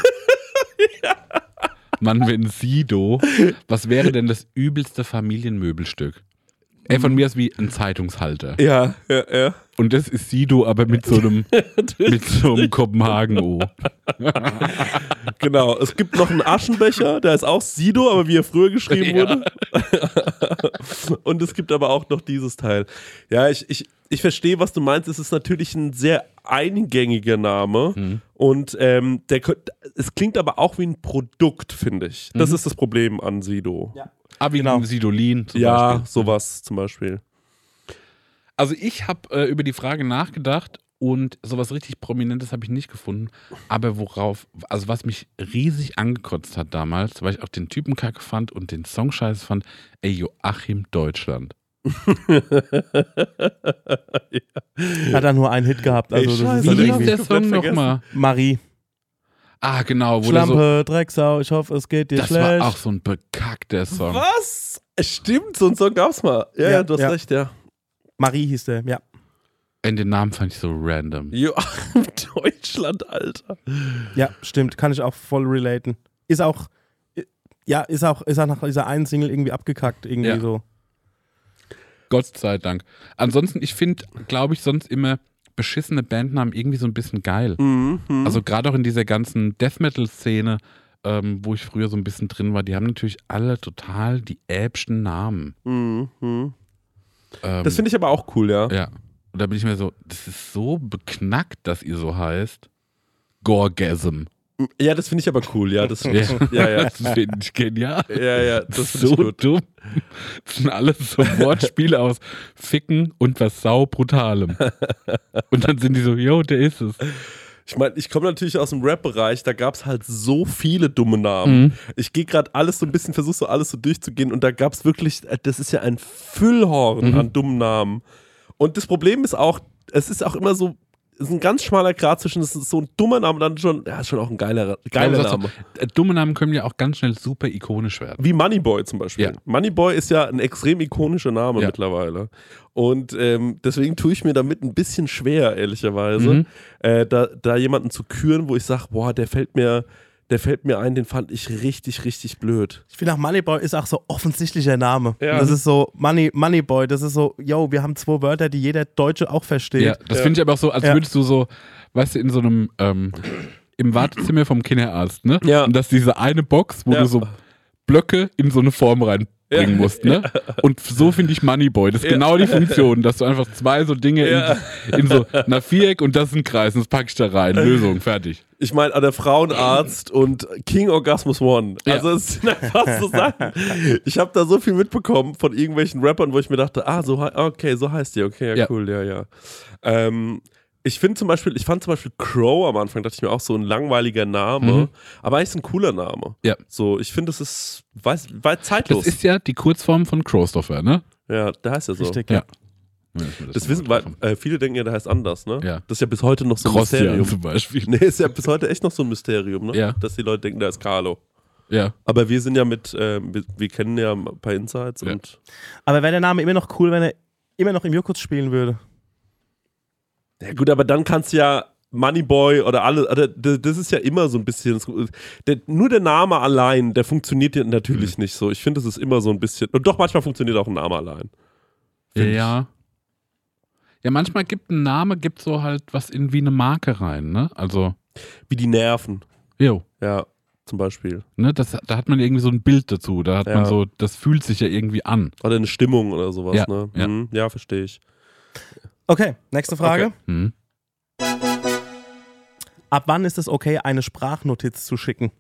Mann, wenn Sido, was wäre denn das übelste Familienmöbelstück? Ey, von mir ist wie ein Zeitungshalter. ja, ja, ja. Und das ist Sido, aber mit so einem, mit so einem Kopenhagen-O. Genau. Es gibt noch einen Aschenbecher, der ist auch Sido, aber wie er früher geschrieben Ja. wurde. Und es gibt aber auch noch dieses Teil. Ja, ich, ich, ich verstehe, was du meinst. Es ist natürlich ein sehr eingängiger Name. Mhm. Und ähm, der, kö- es klingt aber auch wie ein Produkt, finde ich. Das Mhm. ist das Problem an Sido. Ja. Ah, wie Genau. Sidolin zum Ja, Beispiel. sowas zum Beispiel. Also ich habe äh, über die Frage nachgedacht und sowas richtig Prominentes habe ich nicht gefunden. Aber worauf, also was mich riesig angekotzt hat damals, weil ich auch den Typen kacke fand und den Song scheiße fand, ey, Joachim Deutschland. Hat er nur einen Hit gehabt. Also Ey, das scheiße, ist Wie halt den hieß hab ich der irgendwie komplett Song vergessen. nochmal? Marie. Ah, genau. Wo der so, Schlampe, Drecksau, ich hoffe, es geht dir das schlecht. war auch so ein bekackter Song. Was? Stimmt, so einen Song gab's mal. Ja, ja, Ja, du hast ja. recht, ja. Marie hieß der, ja. Und den Namen fand ich so random. Joachim Deutschland, Alter. Ja, stimmt, kann ich auch voll relaten. Ist auch, ja, ist auch, ist auch nach dieser einen Single irgendwie abgekackt, irgendwie Ja. so. Gott sei Dank. Ansonsten, ich finde, glaube ich, sonst immer beschissene Bandnamen irgendwie so ein bisschen geil. Mhm. Also gerade auch in dieser ganzen Death Metal-Szene, ähm, wo ich früher so ein bisschen drin war, die haben natürlich alle total die äbschen Namen. Mhm. Ähm, Das finde ich aber auch cool, ja. Ja. Und da bin ich mir so, das ist so beknackt, dass ihr so heißt. Gorgasm. Ja, das finde ich aber cool, ja. Das, Ja, ja, ja. das finde ich genial. Ja, ja, Das das ist finde ich so gut. dumm. Das sind alles so Wortspiele aus Ficken und was sau Brutalem. Und dann sind die so, yo, der ist es. Ich meine, ich komme natürlich aus dem Rap-Bereich, da gab es halt so viele dumme Namen. Mhm. Ich gehe gerade alles so ein bisschen, versuche so alles so durchzugehen und da gab es wirklich, das ist ja ein Füllhorn Mhm. an dummen Namen. Und das Problem ist auch, es ist auch immer so, es ist ein ganz schmaler Grad zwischen, es ist so ein dummer Name und dann schon, ja, ist schon auch ein geiler, geiler Ja, Name. so, äh, dumme Namen können ja auch ganz schnell super ikonisch werden. Wie Moneyboy zum Beispiel. Ja. Moneyboy ist ja ein extrem ikonischer Name Ja. mittlerweile. Und ähm, deswegen tue ich mir damit ein bisschen schwer, ehrlicherweise, Mhm. äh, da, da jemanden zu küren, wo ich sage, boah, der fällt mir, der fällt mir ein, den fand ich richtig, richtig blöd. Ich finde auch Moneyboy ist auch so offensichtlicher Name. Ja. Das ist so Money, Moneyboy, das ist so, yo, wir haben zwei Wörter, die jeder Deutsche auch versteht. Ja, das Ja. finde ich aber auch so, als Ja. würdest du so, weißt du, in so einem, ähm, im Wartezimmer vom Kinderarzt, ne? Ja. Und das ist diese eine Box, wo Ja. du so Blöcke in so eine Form reinbringen Ja. musst, ne? Und so finde ich Moneyboy. Das ist Ja. genau die Funktion, dass du einfach zwei so Dinge Ja. in, in so einer Viereck und das ist ein Kreis und das packe ich da rein. Lösung, fertig. Ich meine, der Frauenarzt und King Orgasmus One. Ja. Also es sind einfach so Sachen. Ich habe da so viel mitbekommen von irgendwelchen Rappern, wo ich mir dachte, ah, so hei- okay, so heißt die, okay, ja, Ja. cool, ja, ja. Ähm, ich finde zum Beispiel, ich fand zum Beispiel Crow am Anfang, dachte ich mir auch so ein langweiliger Name, Mhm. aber eigentlich ist ein cooler Name. Ja. So, ich finde, das ist, weiß, war Das zeitlos. ist ja die Kurzform von Crowstoffer, ne? ja, der heißt ja so. Richtig, Ja. ja. Ja, ist mir Das noch wissen, mal weil getroffen. äh, viele denken ja, der heißt anders, ne? Ja. Das ist ja bis heute noch so ein Crostian Mysterium. zum Beispiel. Nee, ist ja bis heute echt noch so ein Mysterium, ne? Ja. Dass die Leute denken, der ist Carlo. Ja. Aber wir sind ja mit, ähm, wir, wir kennen ja ein paar Insights Ja. und Aber wäre der Name immer noch cool, wenn er immer noch im Joghurt spielen würde? ja gut, aber dann kannst du ja Moneyboy oder alle, oder d- das ist ja immer so ein bisschen, der, nur der Name allein, der funktioniert ja natürlich Mhm. nicht so. Ich finde, es ist immer so ein bisschen, und doch manchmal funktioniert auch ein Name allein. Ja, Find ich. ja. Ja, manchmal gibt ein Name, gibt so halt was in wie eine Marke rein, ne? Also, Wie die Nerven, jo, ja, zum Beispiel. ne? Das, da hat man irgendwie so ein Bild dazu. Da hat Ja. man so, das fühlt sich ja irgendwie an. Oder eine Stimmung oder sowas, Ja, ne? ja. Mhm, ja, verstehe ich. Okay, nächste Frage. Okay. Hm. Ab wann ist es okay, eine Sprachnotiz zu schicken?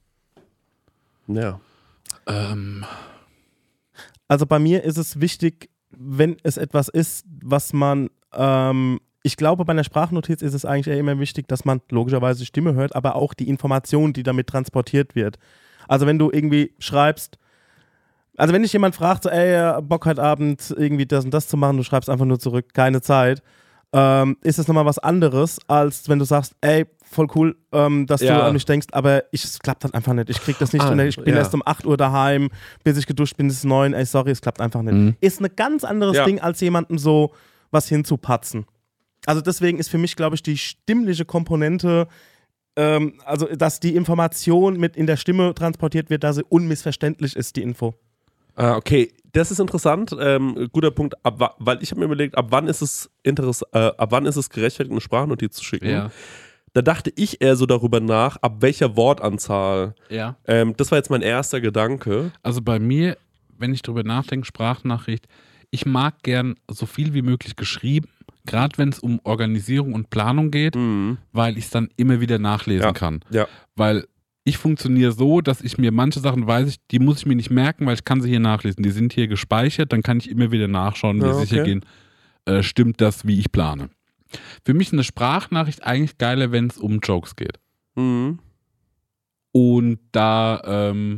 Ja. Ähm, Also bei mir ist es wichtig, wenn es etwas ist, was man, ähm, ich glaube, bei einer Sprachnotiz ist es eigentlich eher immer wichtig, dass man logischerweise die Stimme hört, aber auch die Information, die damit transportiert wird. Also wenn du irgendwie schreibst, also wenn dich jemand fragt, so, ey, Bock heute Abend irgendwie das und das zu machen, du schreibst einfach nur zurück, keine Zeit, ähm, ist das nochmal was anderes, als wenn du sagst, ey, voll cool, ähm, dass Ja. du an mich denkst, aber ich, es klappt halt einfach nicht. Ich krieg das nicht, Ah, und ich bin ja. erst um acht Uhr daheim, bis ich geduscht bin, ist es neun, ey, sorry, es klappt einfach nicht. Mhm. Ist ein ganz anderes Ja. Ding, als jemandem so was hinzupatzen. Also deswegen ist für mich, glaube ich, die stimmliche Komponente, ähm, also dass die Information mit in der Stimme transportiert wird, dass sie unmissverständlich ist, die Info. Ah, okay, das ist interessant. Ähm, guter Punkt, ab, wa- weil ich habe mir überlegt, ab wann ist es interess äh, ab wann ist es gerechtfertigt, eine Sprachnotiz zu schicken. ja. Da dachte ich eher so darüber nach, ab welcher Wortanzahl. Ja. Ähm, das war jetzt mein erster Gedanke. Also bei mir, wenn ich drüber nachdenke, Sprachnachricht, ich mag gern so viel wie möglich geschrieben, gerade wenn es um Organisierung und Planung geht, Mhm. weil ich es dann immer wieder nachlesen Ja. kann. Ja. Weil ich funktioniere so, dass ich mir manche Sachen weiß, ich, die muss ich mir nicht merken, weil ich kann sie hier nachlesen. Die sind hier gespeichert, dann kann ich immer wieder nachschauen, mir Ja, okay. sicher gehen, äh, stimmt das, wie ich plane. Für mich ist eine Sprachnachricht eigentlich geiler, wenn es um Jokes geht. Mhm. Und da, ähm,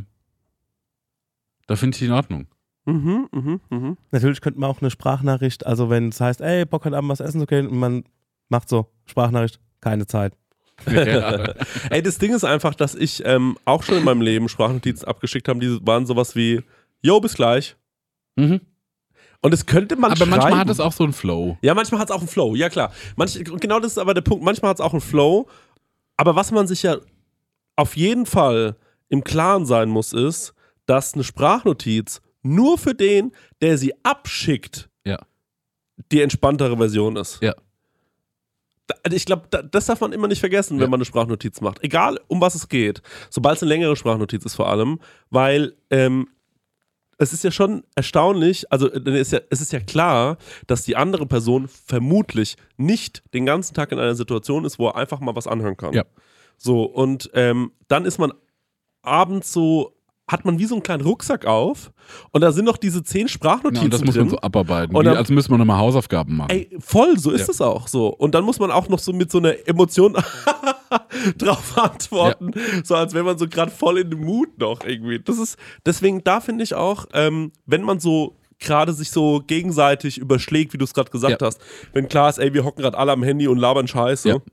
da finde ich die in Ordnung. Mhm, mhm, mhm. Natürlich könnte man auch eine Sprachnachricht, also wenn es heißt, ey, Bock heute Abend was essen zu gehen, und man macht so, Sprachnachricht, keine Zeit. Ja. Ey, das Ding ist einfach, dass ich ähm, auch schon in meinem Leben Sprachnotizen abgeschickt habe, die waren sowas wie, yo, bis gleich. Mhm. Und es könnte man Aber manchmal schreiben. hat es auch so einen Flow. Ja, manchmal hat es auch einen Flow, ja klar. Manch, genau das ist aber der Punkt, manchmal hat es auch einen Flow, aber was man sich ja auf jeden Fall im Klaren sein muss, ist, dass eine Sprachnotiz nur für den, der sie abschickt, Ja. die entspanntere Version ist. Ja. Da- Ich glaube, das darf man immer nicht vergessen, wenn Ja. man eine Sprachnotiz macht. Egal, um was es geht. Sobald es eine längere Sprachnotiz ist vor allem, weil ähm, es ist ja schon erstaunlich, also äh, es ist ja, es ist ja klar, dass die andere Person vermutlich nicht den ganzen Tag in einer Situation ist, wo er einfach mal was anhören kann. Ja. So, und ähm, dann ist man abends so, hat man wie so einen kleinen Rucksack auf und da sind noch diese zehn Sprachnotizen Ja, und das muss drin. man so abarbeiten. Und Wie, dann- als müsste man nochmal Hausaufgaben machen. Ey, voll, so ist Ja. es auch so. Und dann muss man auch noch so mit so einer Emotion, drauf antworten, ja. so als wäre man so gerade voll in dem Mut noch irgendwie. Das ist, deswegen, da finde ich auch, ähm, wenn man so gerade sich so gegenseitig überschlägt, wie du es gerade gesagt ja. hast, wenn klar ist, ey, wir hocken gerade alle am Handy und labern Scheiße, ja.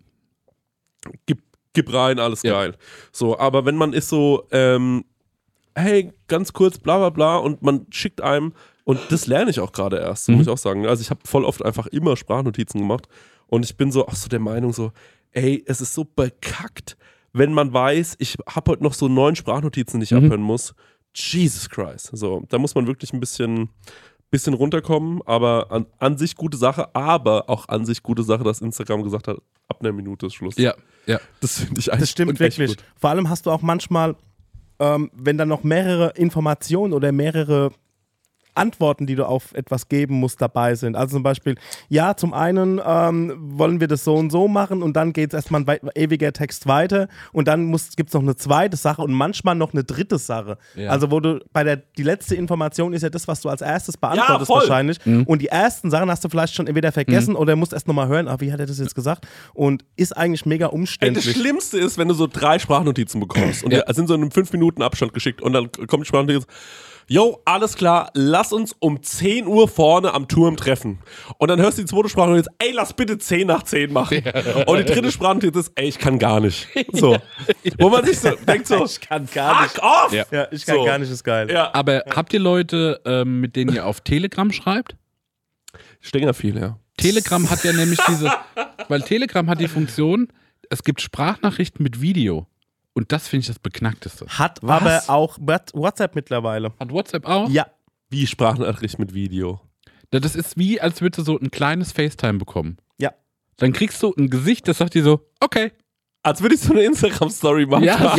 gib, gib rein, alles ja. geil. So, aber wenn man ist so, ähm, hey, ganz kurz, bla bla bla, und man schickt einem, und das lerne ich auch gerade erst, mhm. muss ich auch sagen. Also ich habe voll oft einfach immer Sprachnotizen gemacht und ich bin so, ach so der Meinung so, ey, es ist so bekackt, wenn man weiß, ich habe heute noch so neun Sprachnotizen, die ich mhm. abhören muss. Jesus Christ. So, da muss man wirklich ein bisschen, bisschen runterkommen, aber an, an sich gute Sache, aber auch an sich gute Sache, dass Instagram gesagt hat, ab einer Minute ist Schluss. Ja, ja. Das finde ich eigentlich Das stimmt wirklich. Gut. Vor allem hast du auch manchmal, ähm, wenn dann noch mehrere Informationen oder mehrere Antworten, die du auf etwas geben musst, dabei sind. Also zum Beispiel, ja, zum einen ähm, wollen wir das so und so machen und dann geht es erstmal ein wei- ewiger Text weiter und dann gibt es noch eine zweite Sache und manchmal noch eine dritte Sache. Ja. Also wo du bei der, die letzte Information ist ja das, was du als erstes beantwortest ja, wahrscheinlich mhm. und die ersten Sachen hast du vielleicht schon entweder vergessen mhm. oder musst erst nochmal hören, ah, wie hat er das jetzt gesagt? Und ist eigentlich mega umständlich. Ey, das Schlimmste ist, wenn du so drei Sprachnotizen bekommst und ja. die sind so in einem fünf Minuten Abstand geschickt und dann kommt die Sprachnotiz, jo, alles klar, lass uns um zehn Uhr vorne am Turm treffen. Und dann hörst du die zweite Sprachnotiz, ey, lass bitte zehn nach zehn machen. Ja. Und die dritte Sprachnotiz ist, ey, ich kann gar nicht. So. Wo man sich so denkt so, ich kann gar nicht. Fuck off! Ja, ja ich kann so. gar nicht, ist geil. Ja. Aber habt ihr Leute, ähm, mit denen ihr auf Telegram schreibt? Stenger viel, ja. Telegram hat ja nämlich diese, weil Telegram hat die Funktion, es gibt Sprachnachrichten mit Video. Und das finde ich das Beknackteste. Hat Was? aber auch WhatsApp mittlerweile. Hat WhatsApp auch? Ja. Wie Sprachnachricht mit Video? Das ist wie, als würdest du so ein kleines FaceTime bekommen. Ja. Dann kriegst du ein Gesicht, das sagt dir so, okay. Als würde ich so eine Instagram-Story machen. Ja.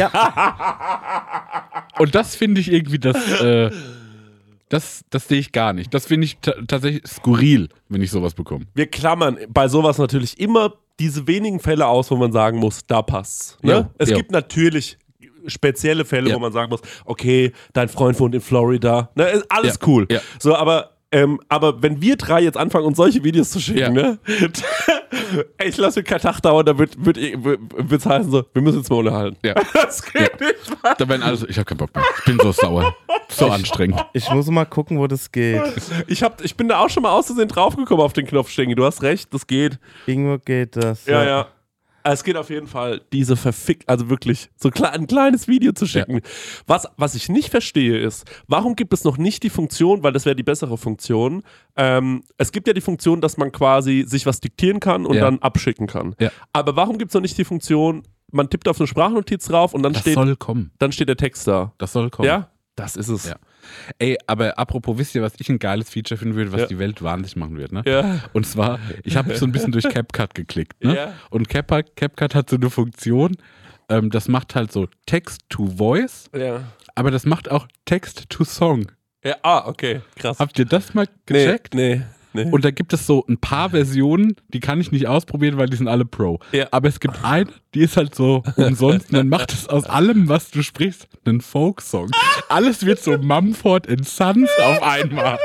ja. Und das finde ich irgendwie das, äh, das, das sehe ich gar nicht. Das finde ich t- tatsächlich skurril, wenn ich sowas bekomme. Wir klammern bei sowas natürlich immer diese wenigen Fälle aus, wo man sagen muss, da passt's. Ne? Ja, es ja. gibt natürlich spezielle Fälle, ja. wo man sagen muss, okay, dein Freund wohnt in Florida, ne? Ist alles ja. cool. Ja. So, aber Ähm, aber wenn wir drei jetzt anfangen, uns solche Videos zu schicken, Ja. ne? Ey, ich lasse mir keinen Tag dauern, da wird es wird, wird heißen so, wir müssen uns mal unterhalten. Ja. Das geht Ja. nicht, Mann. Da werden alle so, ich hab keinen Bock mehr. Ich bin so sauer. So anstrengend. Ich muss mal gucken, wo das geht. Ich, hab, ich bin da auch schon mal aus Versehen draufgekommen auf den Knopf, Stengi. Du hast recht, das geht. Irgendwo geht das. Ja, ja. Es geht auf jeden Fall, diese verfickt, also wirklich so kle- ein kleines Video zu schicken. Ja. Was, was ich nicht verstehe ist, warum gibt es noch nicht die Funktion, weil das wäre die bessere Funktion, ähm, es gibt ja die Funktion, dass man quasi sich was diktieren kann und Ja. dann abschicken kann. Ja. Aber warum gibt es noch nicht die Funktion, man tippt auf eine Sprachnotiz drauf und dann, Das steht, soll kommen. dann steht der Text da. Das soll kommen. Ja? Das ist es. Ja. Ey, aber apropos, wisst ihr, was ich ein geiles Feature finden würde, was Ja. die Welt wahnsinnig machen wird, ne? Ja. Und zwar, ich habe so ein bisschen durch CapCut geklickt, ne? Ja. Und CapCut, CapCut hat so eine Funktion, ähm, das macht halt so Text-to-Voice, Ja. aber das macht auch Text-to-Song. Ja, ah, okay, krass. Habt ihr das mal gecheckt? Nee, nee, nee. Und da gibt es so ein paar Versionen, die kann ich nicht ausprobieren, weil die sind alle Pro. Ja. Aber es gibt eine, die ist halt so umsonst und dann macht es aus allem, was du sprichst, einen Folksong. Alles wird so Mumford and Sons auf einmal.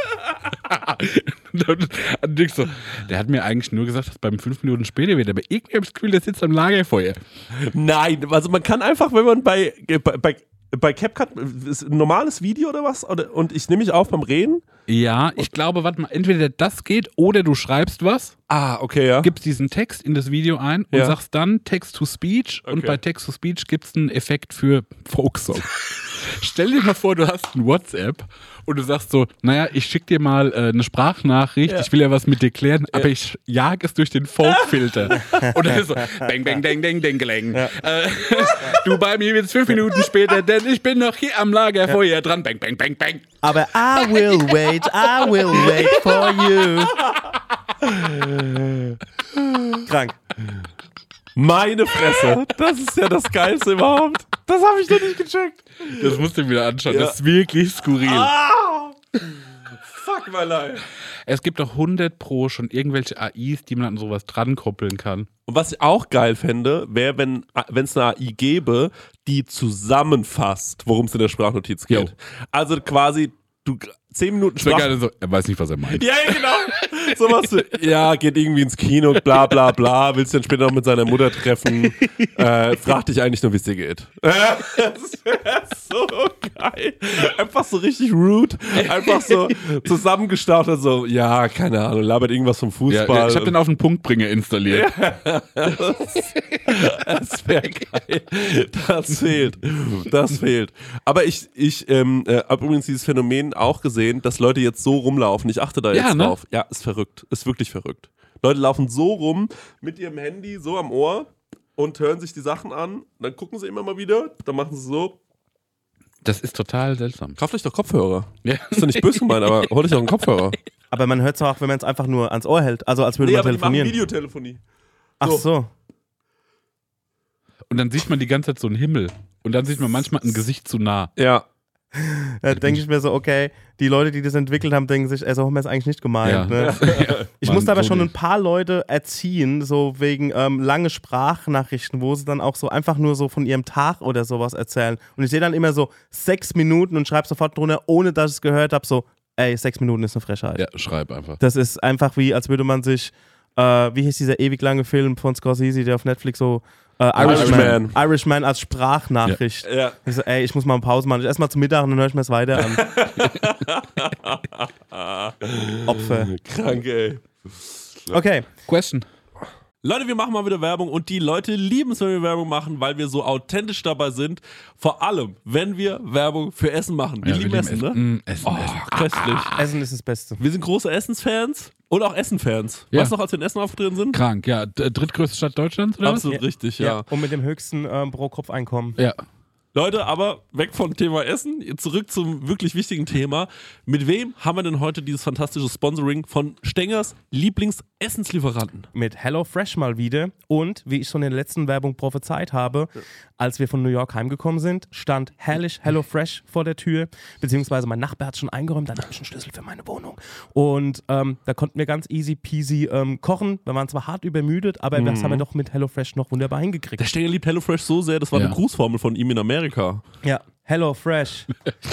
Und dann, dann denkst du, der hat mir eigentlich nur gesagt, dass beim fünf Minuten später wird, aber irgendwie habe ich das Gefühl, der sitzt am Lagerfeuer. Nein, also man kann einfach, wenn man bei, bei, bei, bei CapCut, ist ein normales Video oder was? Oder, und ich nehme mich auf beim Reden. Ja, ich glaube, warte mal, entweder das geht oder du schreibst was, Ah, okay, ja. gibst diesen Text in das Video ein und Ja. sagst dann Text-to-Speech und Okay. bei Text-to-Speech gibt es einen Effekt für Folksong. Stell dir mal vor, du hast ein WhatsApp und du sagst so, naja, ich schick dir mal äh, eine Sprachnachricht, Ja. ich will ja was mit dir klären, aber ich jag es durch den Folk-Filter. Und dann ist so, bang, bang, dang, dang, dang, dang. Äh, du bei mir jetzt fünf Minuten später, denn ich bin noch hier am Lagerfeuer dran, bang, bang, bang, bang. Aber I will wait, I will wait for you. Krank. Meine Fresse. Das ist ja das Geilste überhaupt. Das habe ich noch nicht gecheckt. Das musst du mir anschauen, Ja. das ist wirklich skurril. Ah! Fuck my life. Es gibt doch hundert Pro schon irgendwelche A Is, die man an sowas dran koppeln kann. Und was ich auch geil fände, wäre, wenn es eine A I gäbe, die zusammenfasst, worum es in der Sprachnotiz geht. Jo. Also quasi du zehn Minuten Ich war Sprach... gerade so, er weiß nicht, was er meint. Ja, ja, genau. So was. Ja, geht irgendwie ins Kino, bla bla bla, willst dann später noch mit seiner Mutter treffen, äh, fragt dich eigentlich nur, wie es dir geht. Das wäre so geil. Einfach so richtig rude, einfach so zusammengestaucht und so, ja, keine Ahnung, labert irgendwas vom Ja, Fußball. ich habe den auf den Punktbringer installiert. Das wäre geil. Das fehlt. Das fehlt. Aber ich, ich ähm, äh, habe übrigens dieses Phänomen auch gesehen, dass Leute jetzt so rumlaufen. Ich achte da jetzt Ja, ne? drauf. Ja, ist verrückt. Ist wirklich verrückt. Leute laufen so rum mit ihrem Handy so am Ohr und hören sich die Sachen an. Dann gucken sie immer mal wieder. Dann machen sie so. Das ist total seltsam. Kauft euch doch Kopfhörer. Ja. Ist doch nicht böse gemeint, aber holt euch doch einen Kopfhörer. Aber man hört es auch, wenn man es einfach nur ans Ohr hält. Also als würde Nee, man aber die machen telefonieren. Videotelefonie. Ach so. Und dann sieht man die ganze Zeit so einen Himmel. Und dann sieht man manchmal ein Gesicht zu nah. Ja. Da denke ich mir so, okay, die Leute, die das entwickelt haben, denken sich, ey, so haben wir es eigentlich nicht gemeint. Ja. Ne? Ich Mann, musste aber so schon nicht. ein paar Leute erziehen, so wegen ähm, lange Sprachnachrichten, wo sie dann auch so einfach nur so von ihrem Tag oder sowas erzählen. Und ich sehe dann immer so sechs Minuten und schreibe sofort drunter, ohne dass ich es gehört habe, so, ey, sechs Minuten ist eine Frechheit. Ja, schreib einfach. Das ist einfach wie, als würde man sich, äh, wie hieß dieser ewig lange Film von Scorsese, der auf Netflix so, äh, Irishman. Irishman. Irishman als Sprachnachricht. Ja. Ich so, ey, ich muss mal eine Pause machen. Ich esse mal zum Mittag und dann höre ich mir es weiter an. Opfer. Krank, ey. Okay. Question. Leute, wir machen mal wieder Werbung und die Leute lieben es, wenn wir Werbung machen, weil wir so authentisch dabei sind. Vor allem, wenn wir Werbung für Essen machen. Wir Ja, lieben wir Essen, ne? Mm, Essen, Oh, Essen. köstlich. Essen ist das Beste. Wir sind große Essensfans und auch Essenfans. Ja. Weißt du noch, als wir in Essen aufgetreten sind? Krank, ja. D drittgrößte Stadt Deutschlands, oder was? Absolut richtig, ja. Und mit dem höchsten ähm, Pro-Kopf-Einkommen. Ja. Leute, aber weg vom Thema Essen, zurück zum wirklich wichtigen Thema. Mit wem haben wir denn heute dieses fantastische Sponsoring von Stengers Lieblingsessenslieferanten? Mit HelloFresh mal wieder. Und wie ich schon in der letzten Werbung prophezeit habe, als wir von New York heimgekommen sind, stand herrlich HelloFresh vor der Tür. Beziehungsweise mein Nachbar hat schon eingeräumt, dann habe ich einen Schlüssel für meine Wohnung. Und ähm, da konnten wir ganz easy peasy ähm, kochen. Wir waren zwar hart übermüdet, aber das haben wir doch mit HelloFresh noch wunderbar hingekriegt. Der Stenger liebt HelloFresh so sehr, das war Ja. eine Grußformel von ihm in Amerika. Ja, HelloFresh.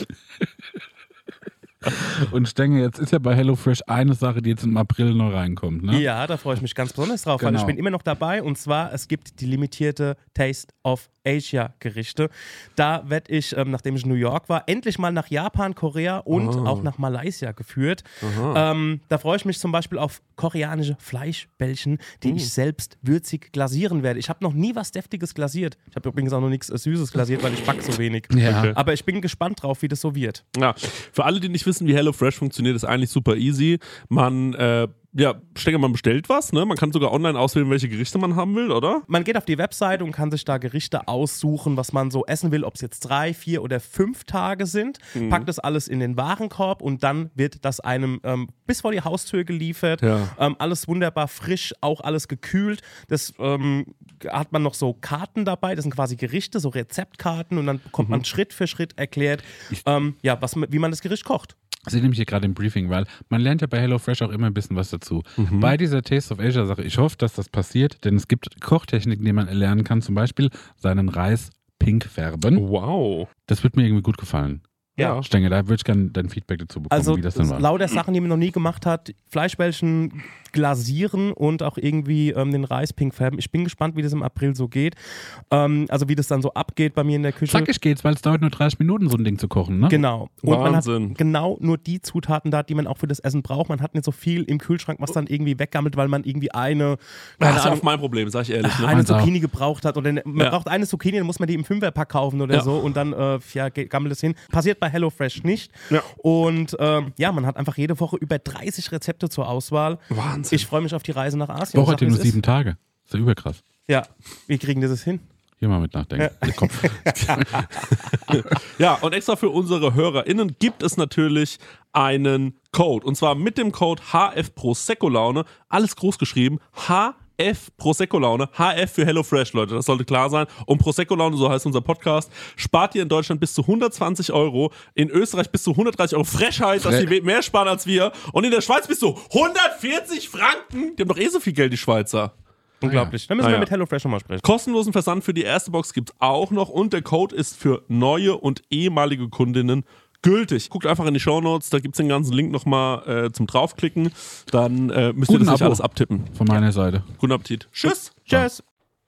Und Stenge, jetzt ist ja bei HelloFresh eine Sache, die jetzt im April neu reinkommt, ne? Ja, da freue ich mich ganz besonders drauf, weil Genau. ich bin immer noch dabei und zwar, es gibt die limitierte Taste of Asia Gerichte. Da werde ich, ähm, nachdem ich in New York war, endlich mal nach Japan, Korea und Oh. auch nach Malaysia geführt. Ähm, da freue ich mich zum Beispiel auf koreanische Fleischbällchen, die ich selbst würzig glasieren werde. Ich habe noch nie was Deftiges glasiert. Ich habe übrigens auch noch nichts äh, Süßes glasiert, weil ich backe so wenig. Ja. Okay. Aber ich bin gespannt drauf, wie das so wird. Ja, für alle, die nicht wissen, wie HelloFresh funktioniert, ist eigentlich super easy. Man, äh, ja, Stenger, man bestellt was, ne? Man kann sogar online auswählen, welche Gerichte man haben will, oder? Man geht auf die Webseite und kann sich da Gerichte aussuchen, was man so essen will, ob es jetzt drei, vier oder fünf Tage sind. Mhm. Packt das alles in den Warenkorb und dann wird das einem ähm, bis vor die Haustür geliefert. Ja. Ähm, alles wunderbar frisch, auch alles gekühlt. Das ähm, hat man noch so Karten dabei, das sind quasi Gerichte, so Rezeptkarten und dann bekommt Mhm. man Schritt für Schritt erklärt, ähm, ja, was, wie man das Gericht kocht. Ich sehe nämlich hier gerade im Briefing, weil man lernt ja bei HelloFresh auch immer ein bisschen was dazu. Bei dieser Taste of Asia Sache, ich hoffe, dass das passiert, denn es gibt Kochtechniken, die man erlernen kann, zum Beispiel seinen Reis pink färben. Wow. Das wird mir irgendwie gut gefallen. Ja. Stenge, da würde ich gerne dein Feedback dazu bekommen, Also wie das dann war. lauter Sachen, die man noch nie gemacht hat. Fleischbällchen glasieren und auch irgendwie ähm, den Reis pink färben. Ich bin gespannt, wie das im April so geht. Ähm, also wie das dann so abgeht bei mir in der Küche. Zackig geht's, weil es dauert nur dreißig Minuten, so ein Ding zu kochen, ne? Genau. Und Wahnsinn. man hat genau nur die Zutaten da, die man auch für das Essen braucht. Man hat nicht so viel im Kühlschrank, was dann irgendwie weggammelt, weil man irgendwie eine, keine Das ist auch Ahnung, mein Problem, sag ich ehrlich. Ne? eine Meins auch. Zucchini gebraucht hat. Oder ne- man Ja. braucht eine Zucchini, dann muss man die im Fünferpack kaufen oder Ja. so und dann äh, ja, ge- gammelt es hin. Passiert bei HelloFresh nicht. Ja. Und ähm, ja, man hat einfach jede Woche über dreißig Rezepte zur Auswahl. Wahnsinn. Ich freue mich auf die Reise nach Asien. Woche Ich hat ja sag, nur wie es sieben Tage. Ist ja überkrass. ist. Ja, wie kriegen die das hin? Hier mal mit nachdenken. Der Kopf. Ja, und extra für unsere HörerInnen gibt es natürlich einen Code. Und zwar mit dem Code H F Prosecco Laune. Alles groß geschrieben. H F Prosecco Laune. H F für HelloFresh, Leute. Das sollte klar sein. Und Prosecco Laune, so heißt unser Podcast, spart ihr in Deutschland bis zu hundertzwanzig Euro. In Österreich bis zu hundertdreißig Euro. Frechheit, dass Fre- die mehr sparen als wir. Und in der Schweiz bis zu hundertvierzig Franken. Die haben doch eh so viel Geld, die Schweizer. Unglaublich. Dann müssen Ah, wir ja. mit HelloFresh nochmal sprechen. Kostenlosen Versand für die erste Box gibt's auch noch und der Code ist für neue und ehemalige Kundinnen gültig. Guckt einfach in die Shownotes, da gibt es den ganzen Link nochmal äh, zum draufklicken. Dann äh, müsst Guten ihr das nicht Abo. alles abtippen. Von meiner Seite. Guten Appetit. Tschüss. Tschüss.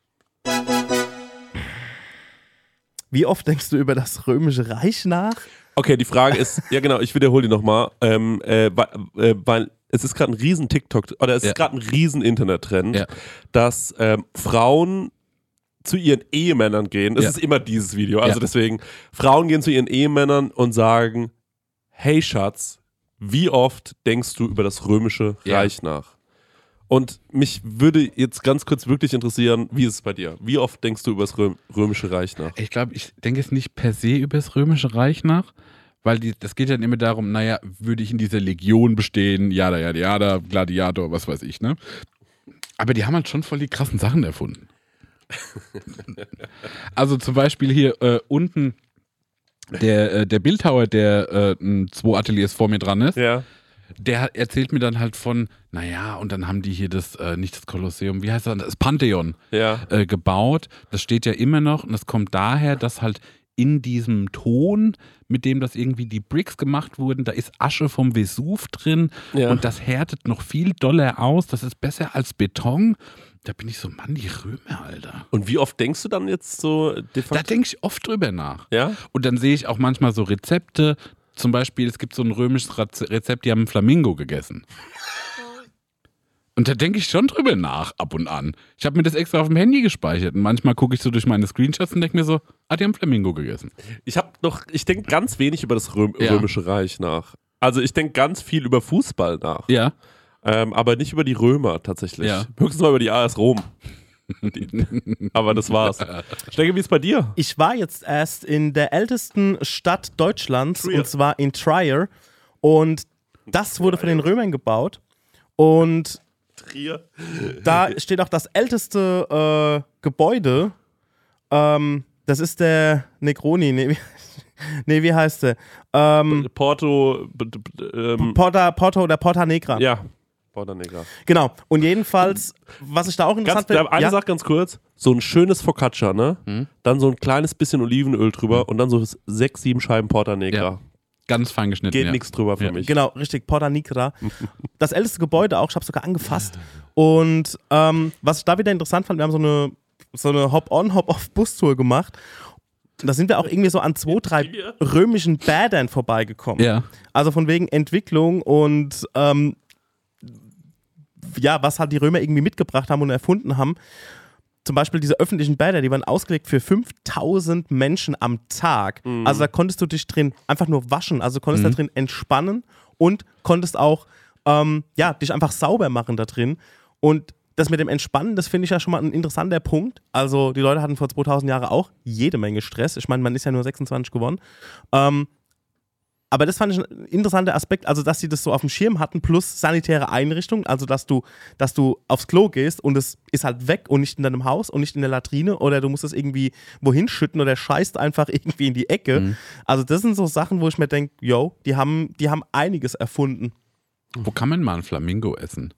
Wie oft denkst du über das Römische Reich nach? Okay, die Frage ist, ja genau, ich wiederhole die nochmal, ähm, äh, weil, äh, weil es ist gerade ein riesen TikTok, oder es Ja. ist gerade ein riesen Internet-Trend, Ja. dass ähm, Frauen zu ihren Ehemännern gehen. Es Ja. ist immer dieses Video, also Ja. deswegen, Frauen gehen zu ihren Ehemännern und sagen, hey Schatz, wie oft denkst du über das Römische Ja. Reich nach? Und mich würde jetzt ganz kurz wirklich interessieren, wie ist es bei dir? Wie oft denkst du über das Röm- Römische Reich nach? Ich glaube, ich denke jetzt nicht per se über das Römische Reich nach, weil die, das geht dann immer darum, naja, würde ich in dieser Legion bestehen, jada, jada, jada, Gladiator, was weiß ich, ne? Aber die haben halt schon voll die krassen Sachen erfunden. Also zum Beispiel hier äh, unten der, äh, der Bildhauer, der äh, n- zwei Ateliers vor mir dran ist, Ja. der hat- erzählt mir dann halt von, naja, und dann haben die hier das, äh, nicht das Kolosseum, wie heißt das, das Pantheon Ja. äh, gebaut. Das steht ja immer noch und das kommt daher, dass halt in diesem Ton, mit dem das irgendwie die Bricks gemacht wurden, da ist Asche vom Vesuv drin Ja. und das härtet noch viel doller aus, das ist besser als Beton. Da bin ich so, Mann, die Römer, Alter. Und wie oft denkst du dann jetzt so de Da facto? denke ich oft drüber nach. Ja? Und dann sehe ich auch manchmal so Rezepte. Zum Beispiel, es gibt so ein römisches Reze- Rezept, die haben einen Flamingo gegessen. Und da denke ich schon drüber nach, ab und an. Ich habe mir das extra auf dem Handy gespeichert. Und manchmal gucke ich so durch meine Screenshots und denke mir so, ah, die haben Flamingo gegessen. Ich habe noch, ich denke ganz wenig über das Röm Ja. Römische Reich nach. Also ich denke ganz viel über Fußball nach. Ja. Ähm, aber nicht über die Römer tatsächlich. Ja. Höchstens mal über die A S Rom. Die, aber das war's. Stecke, wie ist bei dir? Ich war jetzt erst in der ältesten Stadt Deutschlands, Trier. und zwar in Trier. Und das wurde von den Römern gebaut. Und Trier. da steht auch das älteste äh, Gebäude. Ähm, das ist der Negroni. Nee, wie, nee, wie heißt der? Ähm, Porto. b- b- b- Ähm, Porta, Porto oder Porta Negra. ja. Porta Negra. Genau. Und jedenfalls, was ich da auch Ganz, interessant finde. eine ja, Sache ganz kurz. So ein schönes Focaccia, ne? Mhm. Dann so ein kleines bisschen Olivenöl drüber und dann so sechs, sieben Scheiben Porta Negra. Ja. Ganz fein geschnitten. Geht ja. nichts drüber für Ja. mich. Genau, richtig, Porta Nigra. Das älteste Gebäude auch, ich habe es sogar angefasst. Und ähm, was ich da wieder interessant fand, wir haben so eine, so eine Hop-on, Hop-off-Bustour gemacht. Und da sind wir auch irgendwie so an zwei, drei römischen Bädern vorbeigekommen. Ja. Also von wegen Entwicklung und ähm, ja, was halt die Römer irgendwie mitgebracht haben und erfunden haben. Zum Beispiel diese öffentlichen Bäder, die waren ausgelegt für fünftausend Menschen am Tag. Mhm. Also da konntest du dich drin einfach nur waschen, also konntest Mhm. da drin entspannen und konntest auch ähm, ja, dich einfach sauber machen da drin. Und das mit dem Entspannen, das finde ich ja schon mal ein interessanter Punkt. Also die Leute hatten vor zweitausend Jahren auch jede Menge Stress. Ich meine, man ist ja nur sechsundzwanzig geworden. Ähm, aber das fand ich ein interessanter Aspekt, also dass sie das so auf dem Schirm hatten, plus sanitäre Einrichtungen, also dass du, dass du aufs Klo gehst und es ist halt weg und nicht in deinem Haus und nicht in der Latrine oder du musst es irgendwie wohin schütten oder scheißt einfach irgendwie in die Ecke. Mhm. Also das sind so Sachen, wo ich mir denke, yo, die haben, die haben einiges erfunden. Wo kann man mal ein Flamingo essen?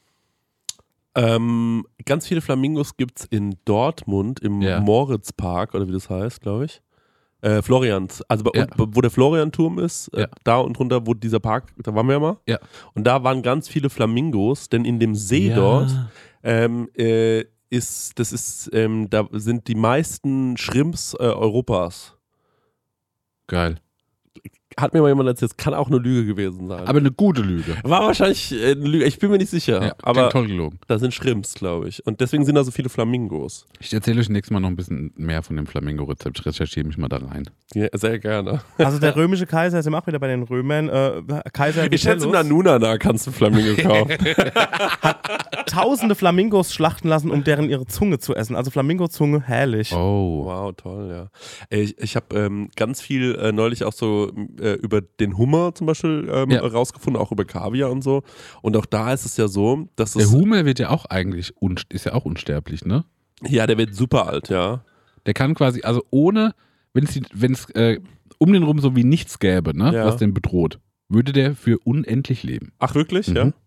Ähm, ganz viele Flamingos gibt es in Dortmund im Ja. Moritzpark, oder wie das heißt, glaube ich. Äh, Florians, also bei, Ja. und, wo der Florianturm ist, äh, Ja. da und drunter, wo dieser Park, da waren wir ja mal. Ja. Und da waren ganz viele Flamingos, denn in dem See Ja. dort ähm, äh, ist, das ist, ähm, da sind die meisten Shrimps äh, Europas. Geil. Hat mir mal jemand erzählt, kann auch eine Lüge gewesen sein. Aber eine gute Lüge. war wahrscheinlich äh, eine Lüge, ich bin mir nicht sicher. Ja, aber klingt toll gelogen. da sind Shrimps, glaube ich. Und deswegen sind da so viele Flamingos. Ich erzähle euch nächstes Mal noch ein bisschen mehr von dem Flamingo-Rezept. Ich recherchiere mich mal da rein. Ja, sehr gerne. Also der römische Kaiser, sind wir auch wieder bei den Römern, äh, Kaiser Ich schätze, in Vitellius, Nanuna da kannst du Flamingo kaufen. tausende Flamingos schlachten lassen, um deren ihre Zunge zu essen. Also Flamingo-Zunge, herrlich. Oh. Wow, toll, ja. Ich, ich habe ähm, ganz viel äh, neulich auch so äh, über den Hummer zum Beispiel ähm, Ja. rausgefunden, auch über Kaviar und so. Und auch da ist es ja so, dass Der es. Hummer wird ja auch eigentlich, un- ist ja auch unsterblich, ne? Ja, der wird super alt, ja. Der kann quasi, also ohne, wenn es wenn es äh, um den rum so wie nichts gäbe, ne, Ja. was den bedroht, würde der für unendlich leben. Ach, wirklich? Mhm. Ja.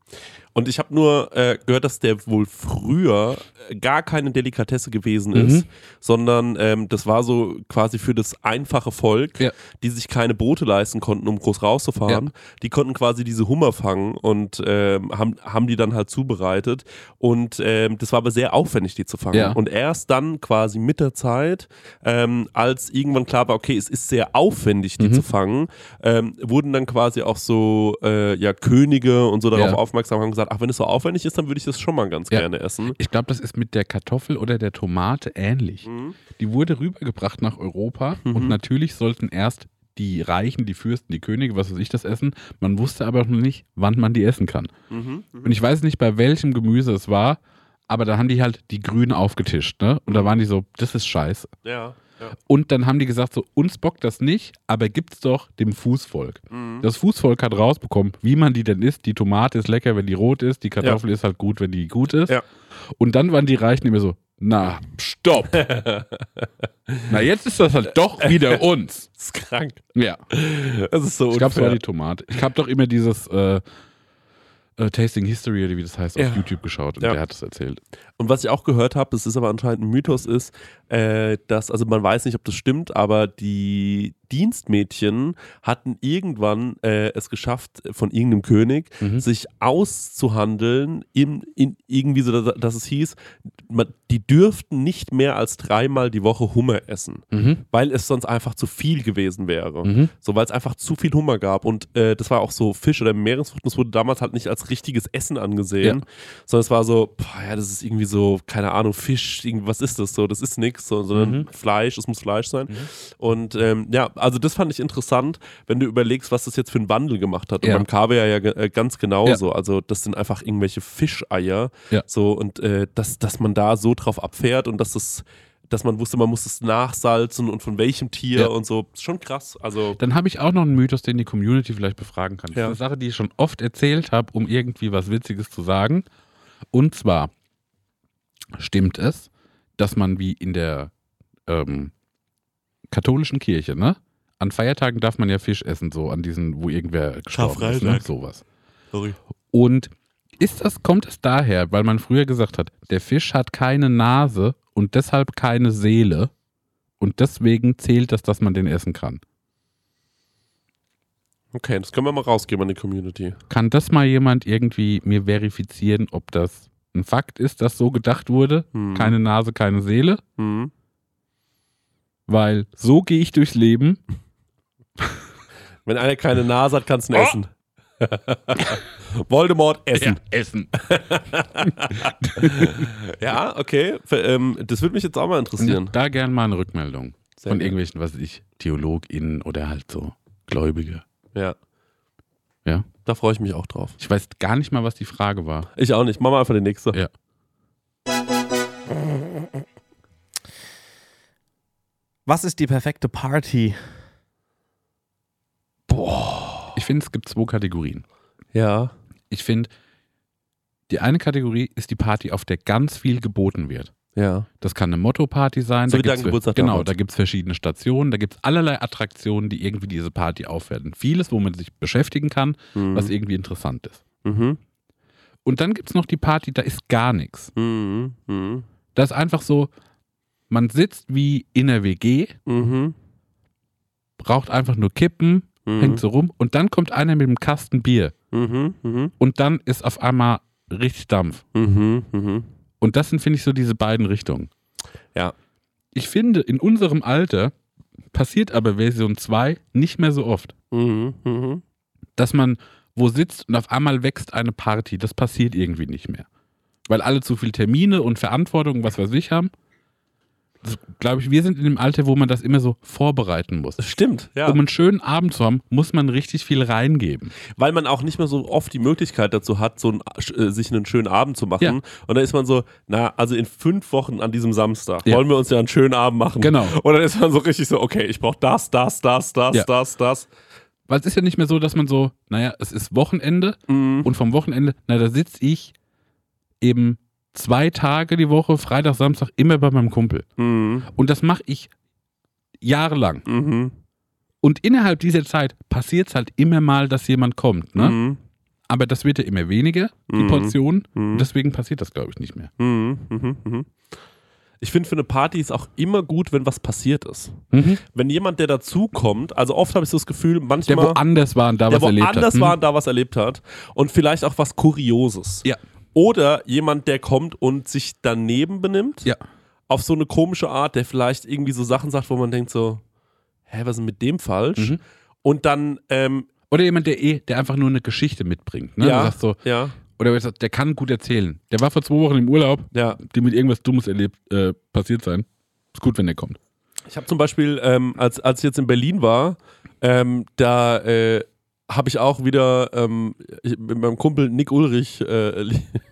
Und ich habe nur äh, gehört, dass der wohl früher äh, gar keine Delikatesse gewesen ist, Mhm. sondern ähm, das war so quasi für das einfache Volk, Ja. die sich keine Boote leisten konnten, um groß rauszufahren. Ja. Die konnten quasi diese Hummer fangen und ähm, haben, haben die dann halt zubereitet. Und ähm, das war aber sehr aufwendig, die zu fangen. Ja. Und erst dann quasi mit der Zeit, ähm, als irgendwann klar war, okay, es ist sehr aufwendig, die Mhm. zu fangen, ähm, wurden dann quasi auch so äh, ja, Könige und so darauf Ja. aufmerksam und haben gesagt, ach, wenn es so aufwendig ist, dann würde ich das schon mal ganz Ja. gerne essen. Ich glaube, das ist mit der Kartoffel oder der Tomate ähnlich. Mhm. Die wurde rübergebracht nach Europa und natürlich sollten erst die Reichen, die Fürsten, die Könige, was weiß ich, das essen. Man wusste aber noch nicht, wann man die essen kann. Mhm. Mhm. Und ich weiß nicht, bei welchem Gemüse es war, aber da haben die halt die Grünen aufgetischt, ne? Und da waren die so, das ist scheiße. Ja. Ja. Und dann haben die gesagt, so, uns bockt das nicht, aber gibt's doch dem Fußvolk. Mhm. Das Fußvolk hat rausbekommen, wie man die denn isst. Die Tomate ist lecker, wenn die rot ist, die Kartoffel ist halt gut, wenn die gut ist. Ja. Und dann waren die Reichen immer so, na, stopp. Na, jetzt ist das halt doch wieder uns. Das ist krank. Ja, Das ist so ich glaube, es war unfair. die Tomate. Ich habe doch immer dieses äh, äh, Tasting History, oder wie das heißt, auf Ja. YouTube geschaut und Ja. der hat es erzählt. Und was ich auch gehört habe, das ist aber anscheinend ein Mythos, ist, äh, dass, also man weiß nicht, ob das stimmt, aber die Dienstmädchen hatten irgendwann äh, es geschafft, von irgendeinem König, Mhm. sich auszuhandeln, in, in irgendwie so, dass, dass es hieß, man, die dürften nicht mehr als dreimal die Woche Hummer essen, Mhm. weil es sonst einfach zu viel gewesen wäre. Mhm. So, weil es einfach zu viel Hummer gab. Und äh, das war auch so Fisch oder Meeresfrüchten, das wurde damals halt nicht als richtiges Essen angesehen, Ja. sondern es war so, boah, ja, das ist irgendwie so, keine Ahnung, Fisch, irgendwie, was ist das so? Das ist nichts, so, sondern Mhm. Fleisch, es muss Fleisch sein. Und ähm, ja, also das fand ich interessant, wenn du überlegst, was das jetzt für einen Wandel gemacht hat. Und Ja. beim Kaviar ja ge- äh, ganz genauso. Also das sind einfach irgendwelche Fischeier. Ja. So, und äh, dass, dass man da so drauf abfährt und dass das, dass man wusste, man muss es nachsalzen und von welchem Tier Ja. und so. Ist schon krass. Also Dann habe ich auch noch einen Mythos, den die Community vielleicht befragen kann. Das Ja. ist eine Sache, die ich schon oft erzählt habe, um irgendwie was Witziges zu sagen. Und zwar stimmt es, dass man wie in der ähm, katholischen Kirche, ne? An Feiertagen darf man ja Fisch essen, so an diesen, wo irgendwer gestorben ist, ne? Karfreitag. Sowas. sorry. Und ist das, kommt es daher, weil man früher gesagt hat, der Fisch hat keine Nase und deshalb keine Seele und deswegen zählt das, dass man den essen kann? Okay, das können wir mal rausgeben an die Community. Kann das mal jemand irgendwie mir verifizieren, ob das ein Fakt ist, dass so gedacht wurde? Hm. Keine Nase, keine Seele? Hm. Weil so gehe ich durchs Leben. Wenn einer keine Nase hat, kannst du ihn Oh. essen. Voldemort essen. essen. Ja, okay. F- ähm, das würde mich jetzt auch mal interessieren. Da gern mal eine Rückmeldung Sehr von gerne. irgendwelchen, was weiß ich, TheologInnen oder halt so Gläubige. Ja. Ja. Da freue ich mich auch drauf. Ich weiß gar nicht mal, was die Frage war. Ich auch nicht. Mach mal einfach die nächste. Ja. Was ist die perfekte Party? Ich finde, es gibt zwei Kategorien. Ja. Ich finde, die eine Kategorie ist die Party, auf der ganz viel geboten wird. Ja. Das kann eine Motto-Party sein. So da wie dein gibt's, Geburtstag genau, damals. da gibt es verschiedene Stationen, da gibt es allerlei Attraktionen, die irgendwie diese Party aufwerten. Vieles, wo man sich beschäftigen kann, Mhm. was irgendwie interessant ist. Mhm. Und dann gibt es noch die Party, da ist gar nichts. Mhm. Mhm. Da ist einfach so, man sitzt wie in der W G, Mhm. braucht einfach nur Kippen, Mhm. hängt so rum und dann kommt einer mit einem Kasten Bier Mhm. Mhm. und dann ist auf einmal richtig Dampf. Mhm. Mhm. Und das sind, finde ich, so diese beiden Richtungen. Ja. Ich finde, in unserem Alter passiert aber Version zwei nicht mehr so oft. Mhm. Mhm. Dass man wo sitzt und auf einmal wächst eine Party. Das passiert irgendwie nicht mehr. Weil alle zu viel Termine und Verantwortung, was weiß ich, haben. Das, glaube ich, wir sind in dem Alter, wo man das immer so vorbereiten muss. Das stimmt, ja. Um einen schönen Abend zu haben, muss man richtig viel reingeben. Weil man auch nicht mehr so oft die Möglichkeit dazu hat, so ein, äh, sich einen schönen Abend zu machen. Ja. Und dann ist man so, na, also in fünf Wochen an diesem Samstag Ja. wollen wir uns ja einen schönen Abend machen. Genau. Und dann ist man so richtig so, okay, ich brauche das, das, das, das, Ja. das, das. Weil es ist ja nicht mehr so, dass man so, naja, es ist Wochenende Mhm. und vom Wochenende, na, da sitze ich eben zwei Tage die Woche, Freitag, Samstag, immer bei meinem Kumpel. Mhm. Und das mache ich jahrelang. Mhm. Und innerhalb dieser Zeit passiert es halt immer mal, dass jemand kommt. Ne? Mhm. aber das wird ja immer weniger, die Mhm. Portion. Mhm. Deswegen passiert das, glaube ich, nicht mehr. Mhm, mhm, mhm. Ich finde, für eine Party ist auch immer gut, wenn was passiert ist. Mhm. Wenn jemand, der dazukommt, also oft habe ich so das Gefühl, Der manchmal, woanders war und da der was erlebt hat. woanders Mhm. war und da was erlebt hat und vielleicht auch was Kurioses. Ja. Oder jemand, der kommt und sich daneben benimmt, Ja. auf so eine komische Art, der vielleicht irgendwie so Sachen sagt, wo man denkt so, hä, was ist denn mit dem falsch? Mhm. Und dann, ähm, Oder jemand, der eh, der einfach nur eine Geschichte mitbringt. Ne? ja, Du sagst so, ja, oder der sagt, der kann gut erzählen. Der war vor zwei Wochen im Urlaub, ja. dem mit irgendwas Dummes erlebt, äh, passiert sein. Ist gut, wenn der kommt. Ich habe zum Beispiel, ähm, als, als ich jetzt in Berlin war, ähm, da äh, habe ich auch wieder ähm, ich, mit meinem Kumpel Nick Ulrich äh,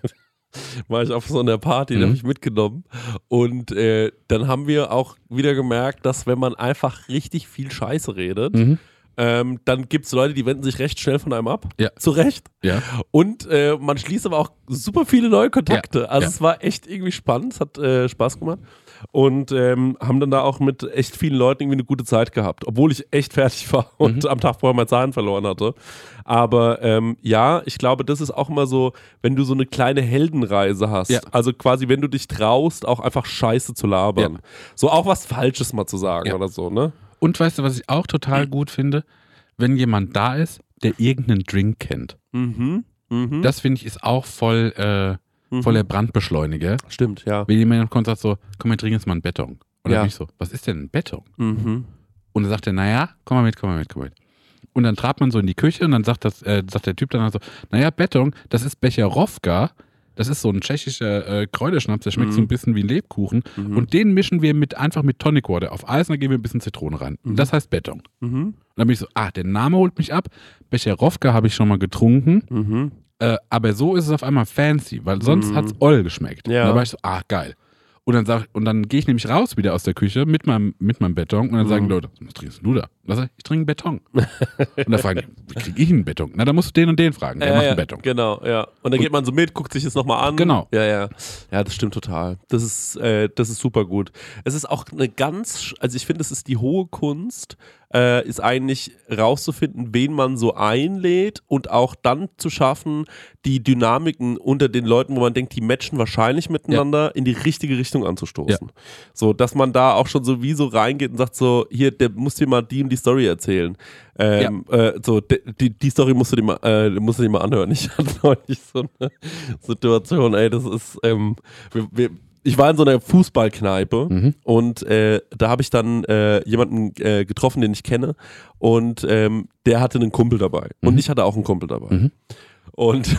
war ich auf so einer Party, den Mhm. habe ich mitgenommen. Und äh, dann haben wir auch wieder gemerkt, dass wenn man einfach richtig viel Scheiße redet, Mhm. ähm, dann gibt es Leute, die wenden sich recht schnell von einem ab. Ja. Zu Recht. Ja. Und äh, man schließt aber auch super viele neue Kontakte. Ja, Also ja. es war echt irgendwie spannend, es hat äh, Spaß gemacht. Und ähm, haben dann da auch mit echt vielen Leuten irgendwie eine gute Zeit gehabt, obwohl ich echt fertig war und Mhm. am Tag vorher mein Zahn verloren hatte. Aber ähm, ja, ich glaube, das ist auch immer so, wenn du so eine kleine Heldenreise hast. Ja. Also quasi, wenn du dich traust, auch einfach Scheiße zu labern. Ja. So auch was Falsches mal zu sagen Ja. oder so, ne? Und weißt du, was ich auch total gut finde? Wenn jemand da ist, der irgendeinen Drink kennt. Mhm. Mhm. Das finde ich ist auch voll, äh, Mhm. voll der Brandbeschleuniger. Stimmt, ja. Wenn jemand kommt und sagt so, komm, wir trinken jetzt mal einen Beton. Und Ja. dann bin ich so, was ist denn ein Beton? Mhm. Und dann sagt er, naja, komm mal mit, komm mal mit, komm mal mit. Und dann trabt man so in die Küche und dann sagt, das, äh, sagt der Typ dann so, naja, Beton, das ist Becherowka, das ist so ein tschechischer äh, Kräuterschnaps, der schmeckt Mhm. so ein bisschen wie ein Lebkuchen. Mhm. Und den mischen wir mit einfach mit Tonic Water auf Eis und dann geben wir ein bisschen Zitrone rein. Mhm. Und das heißt Beton. Und Mhm. dann bin ich so, ah, der Name holt mich ab. Becherowka habe ich schon mal getrunken. Mhm. Äh, aber so ist es auf einmal fancy, weil sonst Mhm. hat's oll geschmeckt. Ja. Und da war ich so, ah, geil. Und dann, sag, und dann gehe ich nämlich raus wieder aus der Küche mit meinem, mit meinem Beton und dann sagen Mhm. Leute, was trinkst du da? Und dann sag ich, ich trinke einen Beton. Und dann fragen die, wie kriege ich einen Beton? Na, dann musst du den und den fragen, der Ja, macht ja, einen Beton. Genau, ja. Und dann geht man so mit, guckt sich das nochmal an. Genau. Ja, ja. Ja, das stimmt total. Das ist, äh, das ist super gut. Es ist auch eine ganz, sch- also ich finde, es ist die hohe Kunst, äh, ist eigentlich rauszufinden, wen man so einlädt und auch dann zu schaffen, die Dynamiken unter den Leuten, wo man denkt, die matchen wahrscheinlich miteinander, in die richtige Richtung anzustoßen. So, dass man da auch schon so wie so reingeht und sagt so, hier, der muss dir mal die und die Story erzählen. Ähm, äh, so, de, die, die Story musst du dir mal, äh, musst du dir mal anhören. Ich hatte neulich so eine Situation, ey, das ist, ähm, wir, wir, ich war in so einer Fußballkneipe Mhm. und äh, da habe ich dann äh, jemanden äh, getroffen, den ich kenne und ähm, der hatte einen Kumpel dabei und Mhm. ich hatte auch einen Kumpel dabei. Mhm. Und,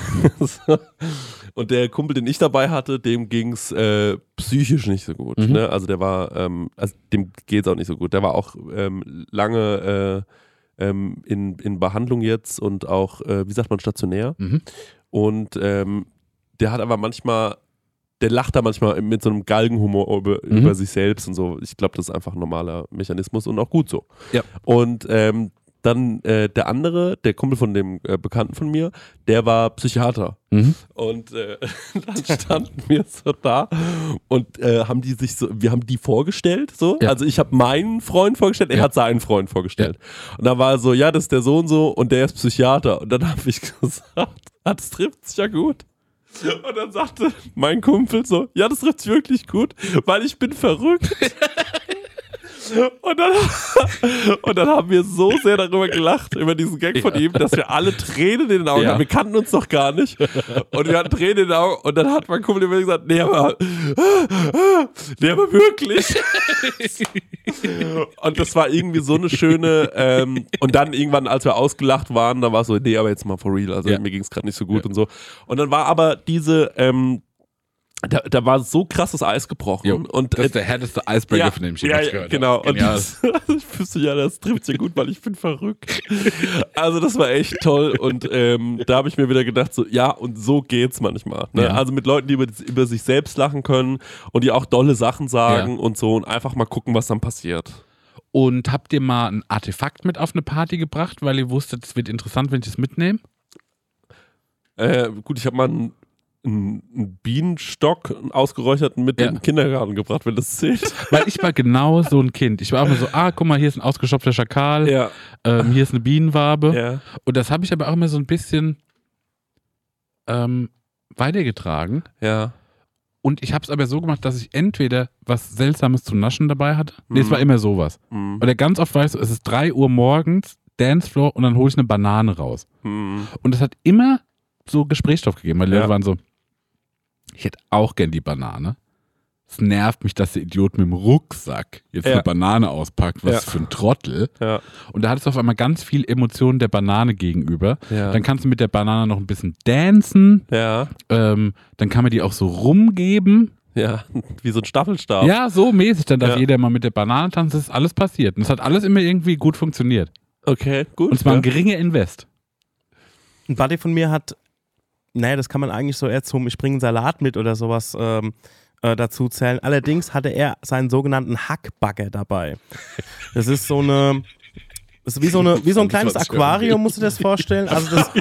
und der Kumpel, den ich dabei hatte, dem ging es äh, psychisch nicht so gut. Mhm. Ne? Also der war, ähm, also dem geht es auch nicht so gut. Der war auch ähm, lange äh, ähm, in, in Behandlung jetzt und auch, äh, wie sagt man, stationär. Mhm. Und ähm, der hat aber manchmal, der lacht da manchmal mit so einem Galgenhumor über, Mhm. über sich selbst und so. Ich glaube, das ist einfach ein normaler Mechanismus und auch gut so. Ja. Und ähm, dann äh, der andere, der Kumpel von dem äh, Bekannten von mir, der war Psychiater. Mhm. Und äh, dann standen wir so da und äh, haben die sich so, wir haben die vorgestellt, so. Ja. Also ich habe meinen Freund vorgestellt, er Ja. hat seinen Freund vorgestellt. Und da war er so, ja, das ist der so und so und der ist Psychiater. Und dann habe ich gesagt, ah, das trifft sich ja gut. Und dann sagte mein Kumpel so, ja, das trifft sich wirklich gut, weil ich bin verrückt. Und dann, und dann haben wir so sehr darüber gelacht, über diesen Gag von ihm, dass wir alle Tränen in den Augen Ja. hatten. Wir kannten uns noch gar nicht. Und wir hatten Tränen in den Augen. Und dann hat mein Kumpel immer gesagt, nee, aber, nee, aber wirklich. Und das war irgendwie so eine schöne, ähm, und dann irgendwann, als wir ausgelacht waren, da war es so, nee, aber jetzt mal for real. Also Ja. mir ging es gerade nicht so gut Ja. und so. Und dann war aber diese, ähm, da, da war so krasses Eis gebrochen. Jo, und das ist der härteste Icebreaker, ja, von dem ich ja, jemals ja, gehört genau. habe. Und Genial. das, ich wüsste ja, das trifft ja gut, weil ich bin verrückt. Also das war echt toll und ähm, da habe ich mir wieder gedacht, so ja, und so geht's manchmal. Ne? Ja. Also mit Leuten, die über, über sich selbst lachen können und die auch dolle Sachen sagen Ja. und so und einfach mal gucken, was dann passiert. Und habt ihr mal ein Artefakt mit auf eine Party gebracht, weil ihr wusstet, es wird interessant, wenn ich es mitnehme? Äh, gut, ich habe mal einen, einen einen Bienenstock, einen ausgeräucherten mit Ja. in den Kindergarten gebracht, wenn das zählt. Weil ich war genau so ein Kind. Ich war auch immer so, ah, guck mal, hier ist ein ausgestopfter Schakal, Ja, ähm, hier ist eine Bienenwabe. ja. Und das habe ich aber auch immer so ein bisschen, ähm, weitergetragen. Ja. Und ich habe es aber so gemacht, dass ich entweder was Seltsames zu naschen dabei hatte. Nee, Mhm. es war immer sowas. Mhm. Oder ganz oft war ich so, es ist drei Uhr morgens, Dancefloor und dann hole ich eine Banane raus. Mhm. Und es hat immer so Gesprächsstoff gegeben, weil die Ja. Leute waren so, ich hätte auch gern die Banane. Es nervt mich, dass der Idiot mit dem Rucksack jetzt Ja. eine Banane auspackt. Was Ja. für ein Trottel. Ja. Und da hattest du auf einmal ganz viel Emotionen der Banane gegenüber. Ja. Dann kannst du mit der Banane noch ein bisschen dancen. Ja. Ähm, dann kann man die auch so rumgeben. Ja. Wie so ein Staffelstab. Ja, so mäßig. Dann darf Ja. jeder mal mit der Banane tanzen. Das ist alles passiert. Und es hat alles immer irgendwie gut funktioniert. Okay, gut. Und es war ja. ein geringer Invest. Ein Buddy von mir hat, naja, das kann man eigentlich so eher zum, ich bringe einen Salat mit oder sowas ähm, äh, dazu zählen. Allerdings hatte er seinen sogenannten Hackbagger dabei. Das ist so eine, das ist wie so, eine, wie so ein kleines Aquarium, musst du dir das vorstellen. Also das,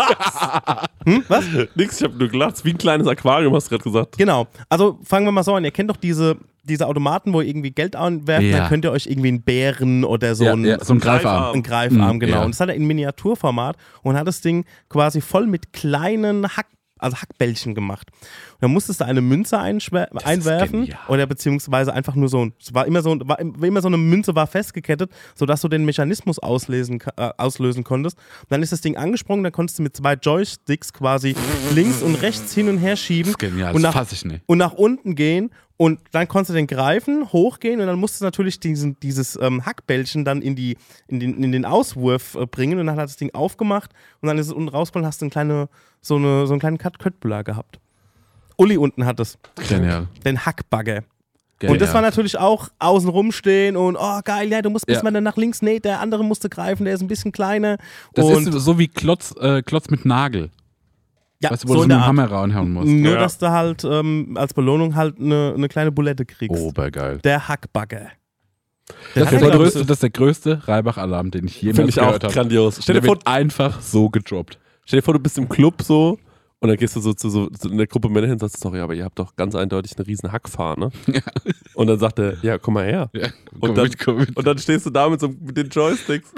hm, was? Nix, ich hab nur gelacht. Wie ein kleines Aquarium, hast du gerade gesagt. Genau. Also fangen wir mal so an. Ihr kennt doch diese, diese Automaten, wo ihr irgendwie Geld einwerft, Ja. dann könnt ihr euch irgendwie einen Bären oder so Ja, einen, ja, so ein Greifarm. einen Greifarm, Mhm, genau. ja. Und das hat er in Miniaturformat und hat das Ding quasi voll mit kleinen Hack, also Hackbällchen gemacht. Und dann musstest du eine Münze einschwer- einwerfen genial. oder beziehungsweise einfach nur so, ein- es war immer so, war immer so eine Münze war festgekettet, sodass du den Mechanismus auslesen, äh, auslösen konntest. Und dann ist das Ding angesprungen, dann konntest du mit zwei Joysticks quasi links und rechts hin und her schieben Genial, und das nach, fasse ich nicht. und nach unten gehen und dann konntest du den greifen, hochgehen und dann musstest du natürlich diesen, dieses ähm, Hackbällchen dann in, die, in, den, in den Auswurf äh, bringen und dann hat das Ding aufgemacht und dann ist es unten rausgekommen und hast du eine kleine, so, eine, so einen kleinen Köttbullar gehabt. Uli unten hat es, Genial. den Hackbagger. Genial. Und das war natürlich auch außen rumstehen und oh geil, ja, du musst bis Ja. man dann nach links, nee, der andere musste greifen, der ist ein bisschen kleiner. Das und ist so wie Klotz, äh, Klotz mit Nagel. ja, Weißt du, wo so du in mit der dem Art. Hammer reinhauen musst. Nur, Ja. dass du halt ähm, als Belohnung halt eine, eine kleine Bulette kriegst. Obergeil. Der Hackbagger. Das hat ist, er, der glaub ich, größte, das ist der größte Reibach-Alarm, den ich Finde jemals ich auch gehört habe. grandios. Stell Der dir, vor, wird einfach so gedroppt. stell dir vor, du bist im Club so und dann gehst du so zu so, so in der Gruppe Männer hin und sagst, sorry, aber ihr habt doch ganz eindeutig eine riesen Hackfahne. Ja. Und dann sagt er, ja, komm mal her. Ja, Und komm dann- mit, komm mit. Und dann stehst du da mit, so, mit den Joysticks.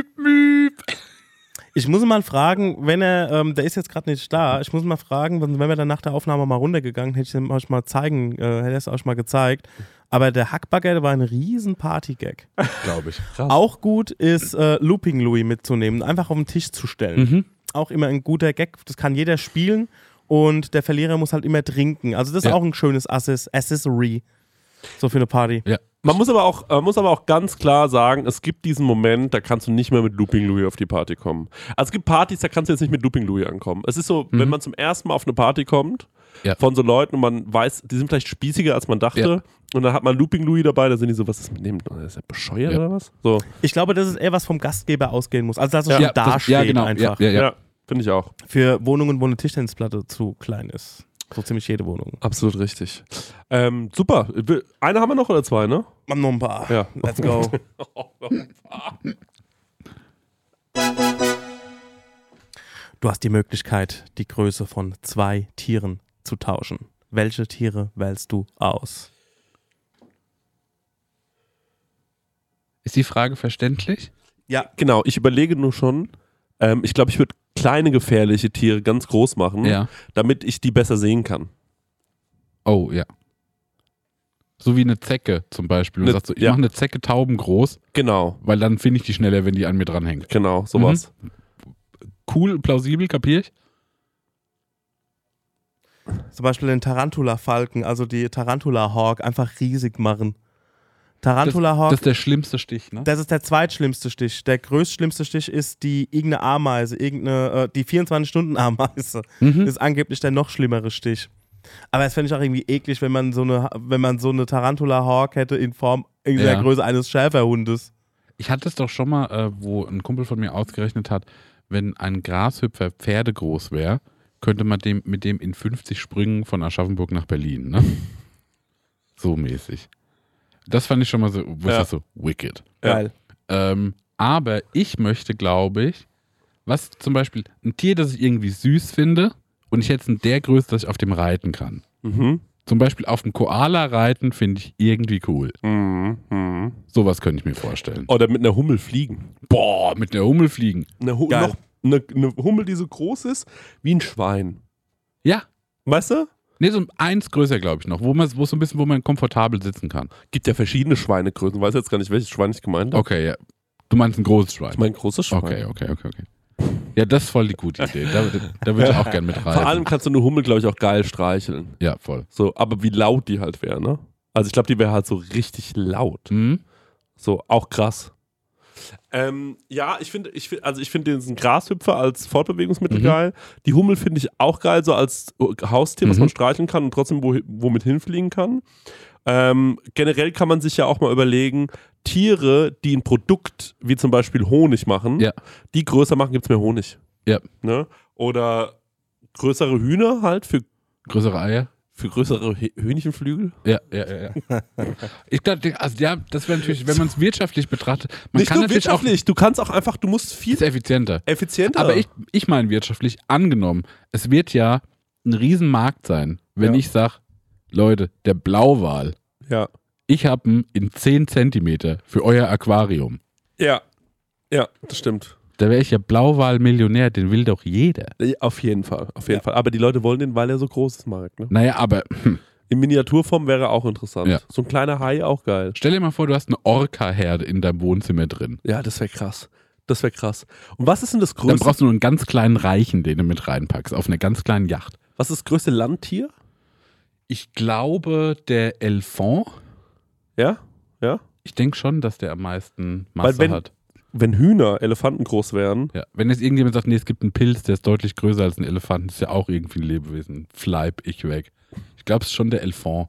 Ich muss ihn mal fragen, wenn er, ähm, der ist jetzt gerade nicht da, ich muss ihn mal fragen, wenn wenn wir dann nach der Aufnahme mal runtergegangen, hätte ich ihn euch mal zeigen, äh, hätte er es euch mal gezeigt. Aber der Hackbagger, der war ein riesen Party-Gag. Glaube ich. Auch gut ist äh, Looping Louis mitzunehmen, einfach auf den Tisch zu stellen. Mhm. Auch immer ein guter Gag, das kann jeder spielen und der Verlierer muss halt immer trinken. Also das ist Ja. auch ein schönes Access Accessory, so für eine Party. Ja. Man muss aber auch, man muss aber auch ganz klar sagen, es gibt diesen Moment, da kannst du nicht mehr mit Looping Louis auf die Party kommen. Also es gibt Partys, da kannst du jetzt nicht mit Looping Louis ankommen. Es ist so, wenn man zum ersten Mal auf eine Party kommt, Ja. von so Leuten und man weiß, die sind vielleicht spießiger, als man dachte. Ja. Und dann hat man Looping Louis dabei, da sind die so, was ist mit dem? Ist der bescheuert Ja. oder was? So. Ich glaube, das ist eher was vom Gastgeber ausgehen muss. Also dass es Ja, schon das- dasteht ja, genau. einfach. Ja, ja, Ja, ja. finde ich auch. Für Wohnungen, wo eine Tischtennisplatte zu klein ist. So ziemlich jede Wohnung. Absolut richtig. Ähm, super. Eine haben wir noch oder zwei, ne? Haben noch ein paar. Ja. Let's go. Du hast die Möglichkeit, die Größe von zwei Tieren zu tauschen. Welche Tiere wählst du aus? Ist die Frage verständlich? Ja. Genau, ich überlege nur schon, ähm, ich glaube, ich würde kleine gefährliche Tiere ganz groß machen, Ja. damit ich die besser sehen kann. Oh, ja. So wie eine Zecke zum Beispiel. Du Ne- sagst so, ich ja. mache eine Zecke taubengroß, Genau, weil dann finde ich die schneller, wenn die an mir dranhängt. genau, sowas. Cool, plausibel, kapier ich? Zum Beispiel den Tarantula-Falken, also die Tarantula-Hawk, einfach riesig machen. Das, Tarantula-Hawk, das ist der schlimmste Stich, ne? das ist der zweitschlimmste Stich. Der größtschlimmste Stich ist die irgendeine Ameise, irgendeine, äh, die vierundzwanzig-Stunden-Ameise. Mhm. Ist angeblich der noch schlimmere Stich. Aber das fände ich auch irgendwie eklig, wenn man so eine, wenn man so eine Tarantula-Hawk hätte in Form in der Ja. Größe eines Schäferhundes. Ich hatte es doch schon mal, äh, wo ein Kumpel von mir ausgerechnet hat, wenn ein Grashüpfer pferdegroß wäre, könnte man dem, mit dem in fünfzig Sprüngen von Aschaffenburg nach Berlin, ne? So mäßig. Das fand ich schon mal so, wo ich Ja. das so, wicked. Ja. Geil. Ähm, aber ich möchte, glaube ich, was zum Beispiel, ein Tier, das ich irgendwie süß finde und ich hätte es in der Größe, dass ich auf dem reiten kann. Mhm. Zum Beispiel auf dem Koala reiten finde ich irgendwie cool. Mhm. Mhm. Sowas könnte ich mir vorstellen. Oder mit einer Hummel fliegen. Boah, mit der Hummel fliegen. Eine, Hu Geil. noch, eine, eine Hummel, die so groß ist wie ein Schwein. Ja. Weißt du? Nee, so eins größer, glaube ich noch, wo man wo so ein bisschen, wo man komfortabel sitzen kann. Gibt ja verschiedene Schweinegrößen. Weiß jetzt gar nicht, welches Schwein ich gemeint habe. Okay, ja. Du meinst ein großes Schwein. Ich meine ein großes Schwein. Okay, okay, okay, okay. Ja, das ist voll die gute Idee. Da, da, da würde ich auch gerne mit rein. Vor allem kannst du eine Hummel, glaube ich, auch geil streicheln. Ja, voll. So, aber wie laut die halt wäre, ne? Also ich glaube, die wäre halt so richtig laut. Mhm. So, auch krass. Ähm, ja, ich finde, ich find, also ich finde diesen Grashüpfer als Fortbewegungsmittel Mhm. geil. Die Hummel finde ich auch geil, so als Haustier, was Mhm. man streicheln kann und trotzdem wo, womit hinfliegen kann. Ähm, generell kann man sich ja auch mal überlegen, Tiere, die ein Produkt wie zum Beispiel Honig machen, Ja. die größer machen, gibt es mehr Honig. Ja. Ne? Oder größere Hühner halt für, Größere Eier? für größere Hä- Hühnchenflügel. Ja, ja, ja. ja. Ich glaube, also ja, das wäre natürlich, wenn man es wirtschaftlich betrachtet, man Nicht kann nur natürlich auch wirtschaftlich, du kannst auch einfach, du musst viel ist effizienter. effizienter. Aber ich, ich meine wirtschaftlich angenommen, es wird ja ein Riesenmarkt sein, wenn Ja. ich sage, Leute, der Blauwal, Ja. ich habe ihn in zehn Zentimeter für euer Aquarium. Ja. Ja, das stimmt. Da wäre ich ja Blauwal-Millionär, den will doch jeder. Ja, auf jeden Fall, auf jeden Fall. Aber die Leute wollen den, weil er so groß ist, Marc. Ne? Naja, aber hm, In Miniaturform wäre er auch interessant. Ja. So ein kleiner Hai auch geil. stell dir mal vor, du hast eine Orca-Herde in deinem Wohnzimmer drin. Ja, das wäre krass. Das wäre krass. Und was ist denn das Dann größte, brauchst du nur einen ganz kleinen Reichen, den du mit reinpackst, auf einer ganz kleinen Yacht. was ist das größte Landtier? Ich glaube, der Elefant, Ja? Ja? ich denke schon, dass der am meisten Weil Masse wenn- hat. Wenn Hühner Elefanten groß wären, Ja. Wenn jetzt irgendjemand sagt, nee, es gibt einen Pilz, der ist deutlich größer als ein Elefant, ist ja auch irgendwie ein Lebewesen. Fleib ich weg. Ich glaube, es ist schon der Elefant.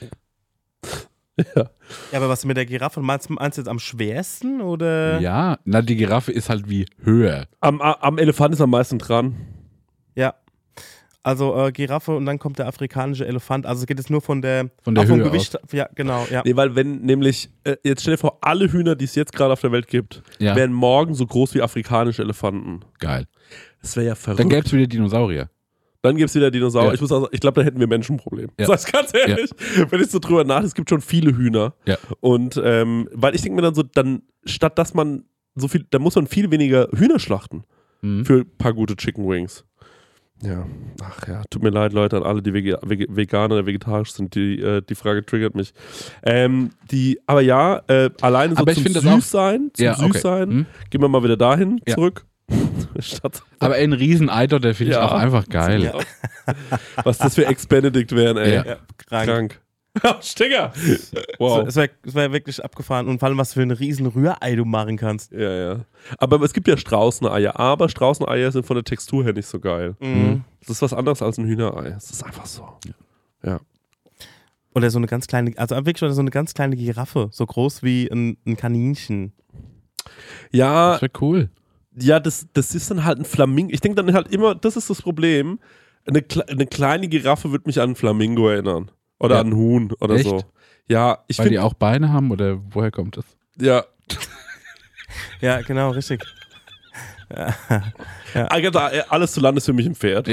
Ja, aber was mit der Giraffe? Meinst, meinst du jetzt am schwersten oder? Ja, na, die Giraffe ist halt wie höher. am, am Elefant ist am meisten dran. Ja. Also äh, Giraffe und dann kommt der afrikanische Elefant. Also es geht jetzt nur von der, Von der auch vom Höhe Gewicht. Ja, genau. Ja. Nee, weil wenn nämlich, äh, jetzt stell dir vor, alle Hühner, die es jetzt gerade auf der Welt gibt, Ja. wären morgen so groß wie afrikanische Elefanten. Geil. Das wäre ja verrückt. Dann gäbe es wieder Dinosaurier. Dann gibt es wieder Dinosaurier. Ja. Ich muss auch sagen, ich glaube, da hätten wir Menschen ein Problem. Ja. Sag ich ganz ehrlich. Wenn ich so drüber nachdenke, es gibt schon viele Hühner. Ja. Und ähm, weil ich denke mir dann so, dann statt dass man so viel, dann muss man viel weniger Hühner schlachten Mhm. für ein paar gute Chicken Wings. Ja, ach ja, tut mir leid, Leute, an alle, die Vege Vege Veganer oder vegetarisch sind, die, äh, die Frage triggert mich. Ähm, die, aber ja, äh, alleine so Aber ich zum finde das auch- Süßsein, zum Ja, okay. Süßsein, Mhm. gehen wir mal wieder dahin Ja. zurück. Statt Aber ey, ein Riesen-Eidor, der finde ich Ja. auch einfach geil. Ja. was das für Ex-Benedict wären, ey. Ja. Ja, krank. Krank. Stinger. Wow. Es wäre wär wirklich abgefahren. Und vor allem, was für ein riesen Rührei du machen kannst. Ja, ja. Aber es gibt ja Straußeneier, aber Straußeneier sind von der Textur her nicht so geil. Mhm. Das ist was anderes als ein Hühnerei. Das ist einfach so. Ja. Oder so eine ganz kleine, also wirklich so eine ganz kleine Giraffe. So groß wie ein, ein Kaninchen. Ja, Das wäre cool. ja, das, das ist dann halt ein Flamingo. Ich denke dann halt immer, das ist das Problem. Eine, Kle eine kleine Giraffe wird mich an einen Flamingo erinnern. Oder Ja. an einen Huhn oder Echt? so. Ja, ich Weil die finde, auch Beine haben oder woher kommt das? ja. Ja, genau, richtig. Agatha, alles zu Land ist für mich ein Pferd.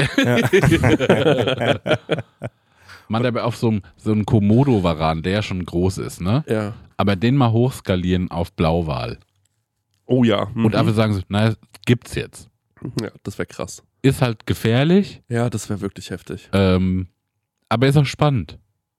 Man, aber auf so einem so einem Komodo-Varan, der ja schon groß ist, ne? Ja. Aber den mal hochskalieren auf Blauwal. Oh ja. Mhm. Und einfach sagen so, naja, gibt's jetzt. Ja, das wäre krass. Ist halt gefährlich, Ja, das wäre wirklich heftig. ähm, aber ist auch spannend.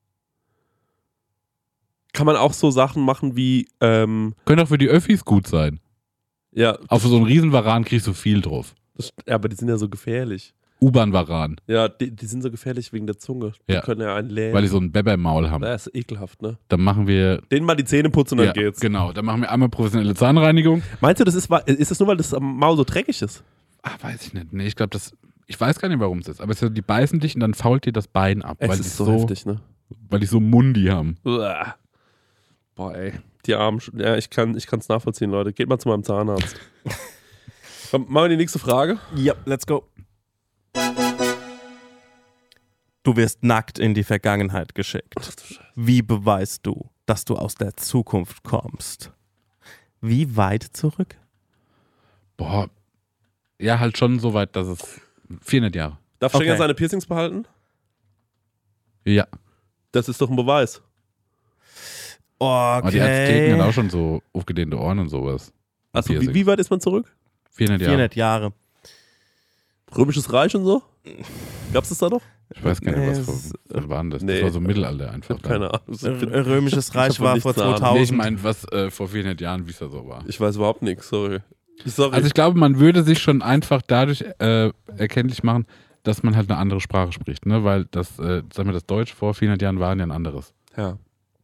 Kann man auch so Sachen machen wie, ähm, Könnte auch für die Öffis gut sein. ja, Auf so einen Riesenvaran kriegst du viel drauf. das, ja, aber die sind ja so gefährlich. U-Bahn-Varan, Ja, die, die sind so gefährlich wegen der Zunge. Die Ja. können ja einen lähmen. weil die so ein Bäbbermaul haben. Das ist ekelhaft, ne? Dann machen wir, Denen mal die Zähne putzen und ja, dann geht's. genau, dann machen wir einmal professionelle Zahnreinigung. Meinst du, das ist, wa- ist das nur, weil das am Maul so dreckig ist? Ah, weiß ich nicht. Nee, ich glaube, das, ich weiß gar nicht, warum es ist, aber es ist so, die beißen dich und dann fault dir das Bein ab, Es weil die ist so, so, heftig, ne? weil die so Mundi haben. Uah. Boah, ey. Die Armen. sch- Ja, ich kann es nachvollziehen, Leute. Geht mal zu meinem Zahnarzt. Komm, machen wir die nächste Frage. Ja, let's go. Du wirst nackt in die Vergangenheit geschickt. Wie beweist du, dass du aus der Zukunft kommst? Wie weit zurück? Boah, ja, halt schon so weit, dass es vierhundert Jahre. Darf Stenger Okay. seine Piercings behalten? Ja, Das ist doch ein Beweis. aber die Azteken Okay. hat auch schon so aufgedehnte Ohren und sowas. Also, wie, Piercing. wie weit ist man zurück? vierhundert Jahre. vierhundert Jahre. Römisches Reich und so? Gab's das da noch? Ich weiß gar nicht, Nee, was, es- für, was war denn das? nee. Das war so Mittelalter einfach. Ich habe keine Ahnung. R- Römisches Reich Ich hab war von vor nichts eine Ahnung. Nee, ich zweitausend. meine, was äh, vor vierhundert Jahren, wie es da so war. Ich weiß überhaupt nichts, sorry. Sorry. Also ich glaube, man würde sich schon einfach dadurch äh, erkenntlich machen, dass man halt eine andere Sprache spricht, ne? Weil das, äh, sagen wir, das Deutsch vor vierhundert Jahren war ja ein anderes. ja.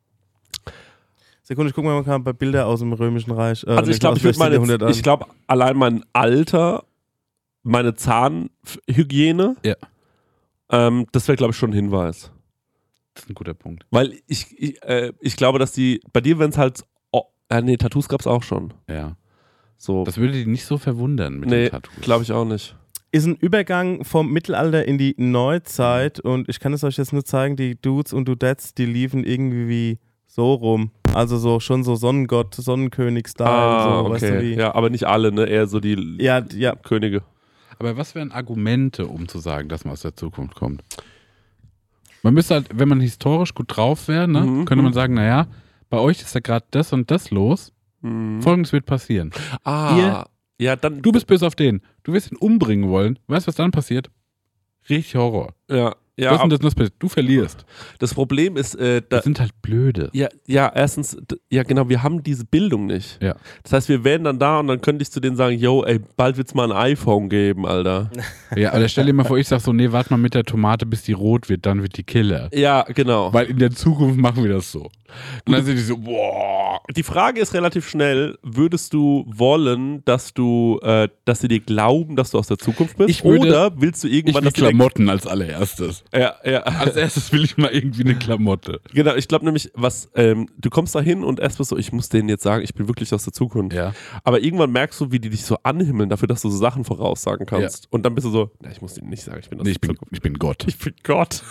Sekunde, ich gucke mal ein paar Bilder aus dem Römischen Reich. Äh, Also ich glaube, aus ich würde dem sechzehnten meine, Jahrhundert an. ich glaube, allein mein Alter, meine Zahnhygiene, Ja. ähm, das wäre, glaube ich, schon ein Hinweis. Das ist ein guter Punkt. Weil ich, ich, äh, ich glaube, dass die, bei dir, wenn es halt, oh, äh, nee, Tattoos gab es auch schon. Ja. So, Das würde die nicht so verwundern mit nee, den Tattoos. glaube ich auch nicht. Ist ein Übergang vom Mittelalter in die Neuzeit und ich kann es euch jetzt nur zeigen, die Dudes und Dudettes, die liefen irgendwie so rum. Also so schon so Sonnengott, Sonnenkönig-Style. Ah, so, weißt du, okay. wie. Ja, aber nicht alle, ne? Eher so die Ja, ja. Könige. Aber was wären Argumente, um zu sagen, dass man aus der Zukunft kommt? Man müsste halt, wenn man historisch gut drauf wäre, ne, Mhm. könnte man sagen, naja, bei euch ist ja gerade das und das los. Mhm. Folgendes wird passieren. Ah, Ihr- ja, dann, Du bist böse auf den. Du wirst ihn umbringen wollen. Weißt du, was dann passiert? Richtig Horror. ja, ja, was ab- ist denn das passiert? Du verlierst. das Problem ist, äh, da, Das sind halt blöde. ja, ja, erstens, d- ja genau, wir haben diese Bildung nicht. Ja. Das heißt, wir wären dann da und dann könnte ich zu denen sagen, yo, ey, bald wird's mal ein iPhone geben, Alter. Ja, aber stell dir mal vor, ich sag so, nee, warte mal mit der Tomate, bis die rot wird, dann wird die Killer. Ja, genau. Weil in der Zukunft machen wir das so. Und dann sind die so, boah. Die Frage ist relativ schnell, würdest du wollen, dass du, äh, dass sie dir glauben, dass du aus der Zukunft bist? Ich würde- Oder willst du Ich irgendwann, will dass sie dir- Klamotten als allererstes. Ja, ja. Als erstes will ich mal irgendwie eine Klamotte. Genau, ich glaube nämlich, was, ähm, du kommst da hin und erst bist so, ich muss denen jetzt sagen, ich bin wirklich aus der Zukunft. Ja. Aber irgendwann merkst du, wie die dich so anhimmeln dafür, dass du so Sachen voraussagen kannst. Und dann bist du so, na, ich muss denen nicht sagen, ich bin aus Nee, der ich bin, Zukunft. ich bin Gott. Ich bin Gott.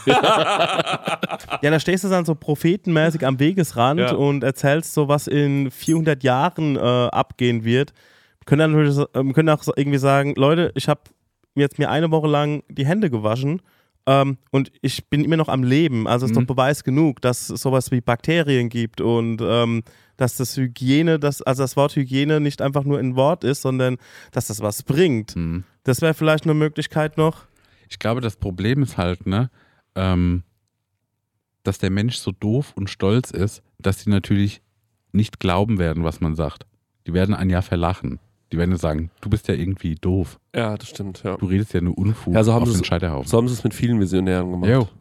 Ja, da stehst du dann so prophetenmäßig am Wegesrand Ja. und erzählst so, was in vierhundert Jahren äh, abgehen wird. Wir können dann natürlich, so- ähm, können auch so irgendwie sagen, Leute, ich habe jetzt mir eine Woche lang die Hände gewaschen ähm, und ich bin immer noch am Leben. Also ist Mhm. doch Beweis genug, dass es sowas wie Bakterien gibt und ähm, dass das Hygiene, das, also das Wort Hygiene nicht einfach nur ein Wort ist, sondern dass das was bringt. Hm. Das wäre vielleicht eine Möglichkeit noch. Ich glaube, das Problem ist halt, ne, ähm, dass der Mensch so doof und stolz ist, dass die natürlich nicht glauben werden, was man sagt. Die werden ein Jahr verlachen. Die werden sagen, du bist ja irgendwie doof. Ja, das stimmt, ja. Du redest ja nur Unfug Ja, so haben auf sie den es- Scheiterhaufen. So haben sie es mit vielen Visionären gemacht. Jo.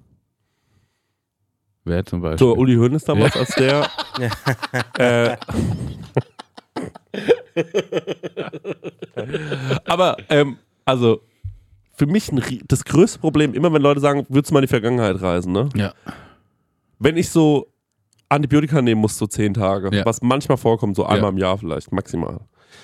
Wer zum Beispiel? So, Uli Hoeneß damals als der. äh, aber, ähm, also, für mich ein, rie- das größte Problem, immer wenn Leute sagen, würdest du mal in die Vergangenheit reisen, ne? Ja. Wenn ich so Antibiotika nehmen muss, so zehn Tage, Ja. was manchmal vorkommt, so einmal Ja. im Jahr vielleicht, maximal.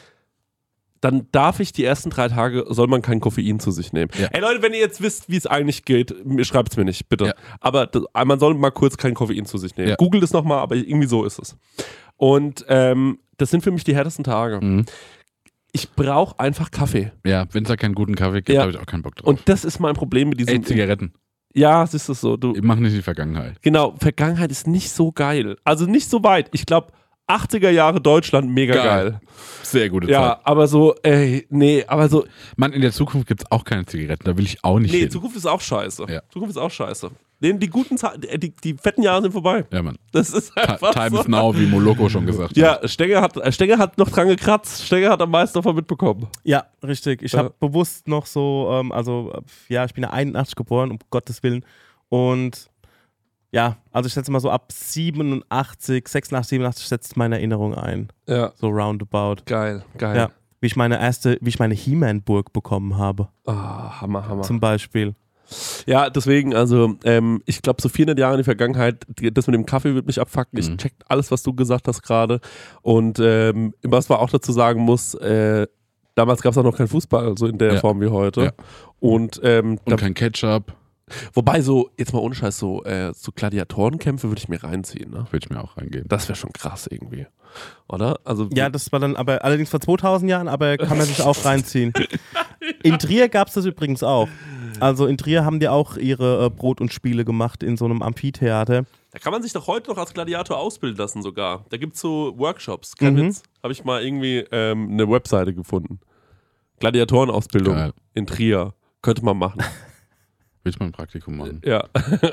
Dann darf ich die ersten drei Tage, soll man kein Koffein zu sich nehmen. Ja. Ey Leute, wenn ihr jetzt wisst, wie es eigentlich geht, schreibt es mir nicht, bitte. Ja. Aber das, man soll mal kurz kein Koffein zu sich nehmen. Ja. Googelt es nochmal, aber irgendwie so ist es. Und ähm, das sind für mich die härtesten Tage. Mhm. Ich brauche einfach Kaffee. Ja, wenn es da keinen guten Kaffee gibt, Ja. habe ich auch keinen Bock drauf. Und das ist mein Problem mit diesem. Ey, Zigaretten. Ja, es ist es so. Du, Ich mach nicht die Vergangenheit. genau, Vergangenheit ist nicht so geil. Also nicht so weit. Ich glaube, achtziger Jahre Deutschland, mega geil. Geil. Sehr gute Ja, Zeit. aber so, ey, nee, aber so, Mann, in der Zukunft gibt es auch keine Zigaretten. Da will ich auch nicht nee, hin. Zukunft ist auch scheiße. Ja. Zukunft ist auch scheiße. Die, die guten, Ze- die, die, die fetten Jahre sind vorbei. Ja, Mann. Das ist Ta- einfach Time so. is now, wie Moloko schon gesagt hat. Ja, Stenger hat, äh, Stenger hat noch dran gekratzt. Stenger hat am meisten davon mitbekommen. Ja, richtig. Ich Ja. habe bewusst noch so, ähm, also äh, ja, ich bin ja einundachtzig geboren, um Gottes Willen. Und ja, also ich setze mal so ab siebenundachtzig, sechsundachtzig, siebenundachtzig setzt meine Erinnerung ein. Ja, So roundabout. geil, geil. Ja. Wie ich meine erste, wie ich meine He-Man-Burg bekommen habe, Ah, Hammer, Hammer. zum Beispiel. Ja, deswegen, also, ähm, ich glaube, so vierhundert Jahre in die Vergangenheit, die- das mit dem Kaffee wird mich abfucken. Ich Mhm. check alles, was du gesagt hast gerade. Und ähm, was man auch dazu sagen muss, äh, damals gab es auch noch keinen Fußball, so in der Ja. Form wie heute. Ja. Und, ähm, Und da, kein Ketchup. wobei so, jetzt mal ohne Scheiß, so, äh, so Gladiatorenkämpfe würde ich mir reinziehen, ne? Würde ich mir auch reingeben. Das wäre schon krass irgendwie. Oder? Also, Ja, das war dann aber allerdings vor zweitausend Jahren, aber kann man sich auch reinziehen. In Trier gab es das übrigens auch. Also in Trier haben die auch ihre äh, Brot- und Spiele gemacht in so einem Amphitheater. da kann man sich doch heute noch als Gladiator ausbilden lassen sogar. Da gibt es so Workshops. Kein Mhm. Witz. Habe ich mal irgendwie ähm, eine Webseite gefunden. Gladiatorenausbildung Geil. in Trier. Könnte man machen. Willst du mal ein Praktikum machen? Ja.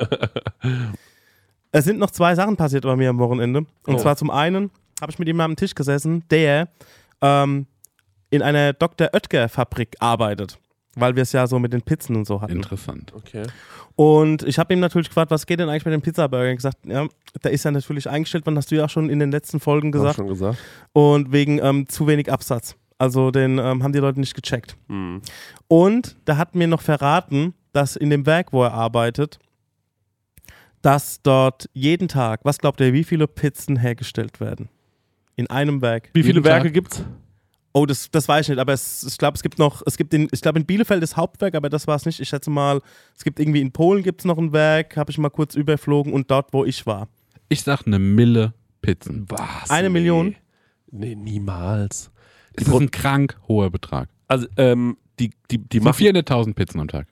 Es sind noch zwei Sachen passiert bei mir am Wochenende. Und Oh. zwar zum einen habe ich mit jemandem am Tisch gesessen, der ähm, in einer Doktor Oetker-Fabrik arbeitet. Weil wir es ja so mit den Pizzen und so hatten. Interessant. Okay. Und ich habe ihm natürlich gefragt, was geht denn eigentlich mit dem Pizzaburger? Er hat gesagt, ja, der ist ja natürlich eingestellt worden, hast du ja auch schon in den letzten Folgen Hab gesagt. schon gesagt. Und wegen ähm, zu wenig Absatz. Also den ähm, haben die Leute nicht gecheckt. Hm. Und da hat mir noch verraten, dass in dem Werk, wo er arbeitet, dass dort jeden Tag, was glaubt ihr, wie viele Pizzen hergestellt werden? In einem Werk. Wie viele Jeden Werke Tag? gibt's? Oh, das, das weiß ich nicht, aber es, ich glaube, es gibt noch, es gibt in, ich glaube in Bielefeld das Hauptwerk, aber das war es nicht. Ich schätze mal, es gibt irgendwie in Polen gibt es noch ein Werk, habe ich mal kurz überflogen und dort, wo ich war. Ich sag eine Mille Pizzen. Was? Eine Nee. Million? Nee, niemals. Das ist ein krank hoher Betrag. Also, ähm, die, die, die Die machen machen. vierhunderttausend Pizzen am Tag.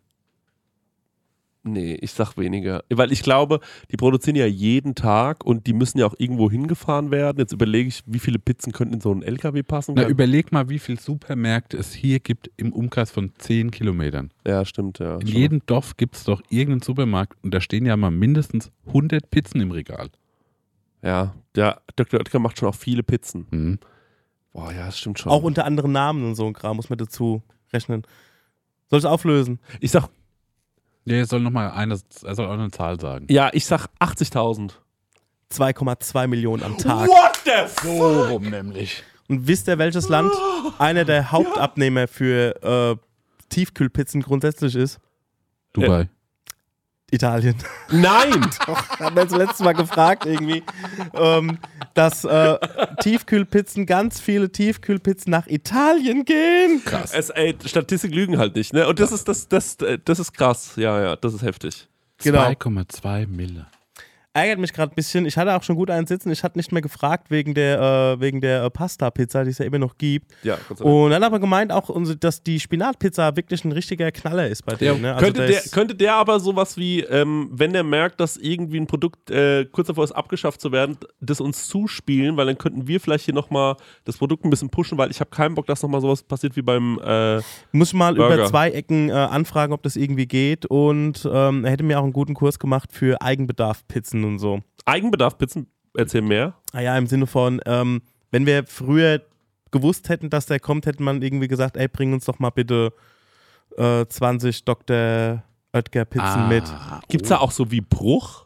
Nee, ich sag weniger. Weil ich glaube, die produzieren ja jeden Tag und die müssen ja auch irgendwo hingefahren werden. Jetzt überlege ich, wie viele Pizzen könnten in so einen L K W passen. Na, überleg mal, wie viele Supermärkte es hier gibt im Umkreis von zehn Kilometern. ja, stimmt, ja. In Schon. jedem Dorf gibt es doch irgendeinen Supermarkt und da stehen ja mal mindestens hundert Pizzen im Regal. Ja, der Doktor Oetker macht schon auch viele Pizzen. Mhm. Boah, ja, das stimmt schon. Auch unter anderen Namen und so ein Kram, muss man dazu rechnen. Soll ich es auflösen? ich sag, Ja, jetzt soll noch mal eine, er soll auch eine Zahl sagen. ja, ich sag achtzigtausend. zwei Komma zwei Millionen am Tag. What the f So rum nämlich. Und wisst ihr, welches Land einer der Hauptabnehmer für äh, Tiefkühlpizzen grundsätzlich ist? Dubai. Italien. Nein! Haben wir uns letztes Mal gefragt irgendwie, ähm, dass äh, Tiefkühlpizzen, ganz viele Tiefkühlpizzen nach Italien gehen. Krass. es, ey, Statistik lügen halt nicht, ne? Und das ist das, das, das ist krass. Ja, ja, das ist heftig. Genau. zwei Komma zwei Mille. Ärgert mich gerade ein bisschen. Ich hatte auch schon gut einen sitzen. Ich hatte nicht mehr gefragt wegen der, äh, wegen der äh, Pasta-Pizza, die es ja immer noch gibt. Ja, Gott sei Dank. Und dann aber gemeint auch, unsere- dass die Spinatpizza wirklich ein richtiger Knaller ist bei denen. Ne? Also könnte, da der, ist- könnte der aber sowas wie, ähm, wenn der merkt, dass irgendwie ein Produkt äh, kurz davor ist, abgeschafft zu werden, das uns zuspielen, weil dann könnten wir vielleicht hier nochmal das Produkt ein bisschen pushen, weil ich habe keinen Bock, dass nochmal sowas passiert wie beim äh, Muss mal Burger. über zwei Ecken äh, anfragen, ob das irgendwie geht. Und ähm, er hätte mir auch einen guten Kurs gemacht für Eigenbedarf-Pizzen und so. Eigenbedarf-Pizzen. Erzähl mehr. Naja, im Sinne von, ähm, wenn wir früher gewusst hätten, dass der kommt, hätte man irgendwie gesagt, ey, bring uns doch mal bitte äh, zwanzig Doktor Oetker-Pizzen mit. Gibt es da auch so wie Bruch?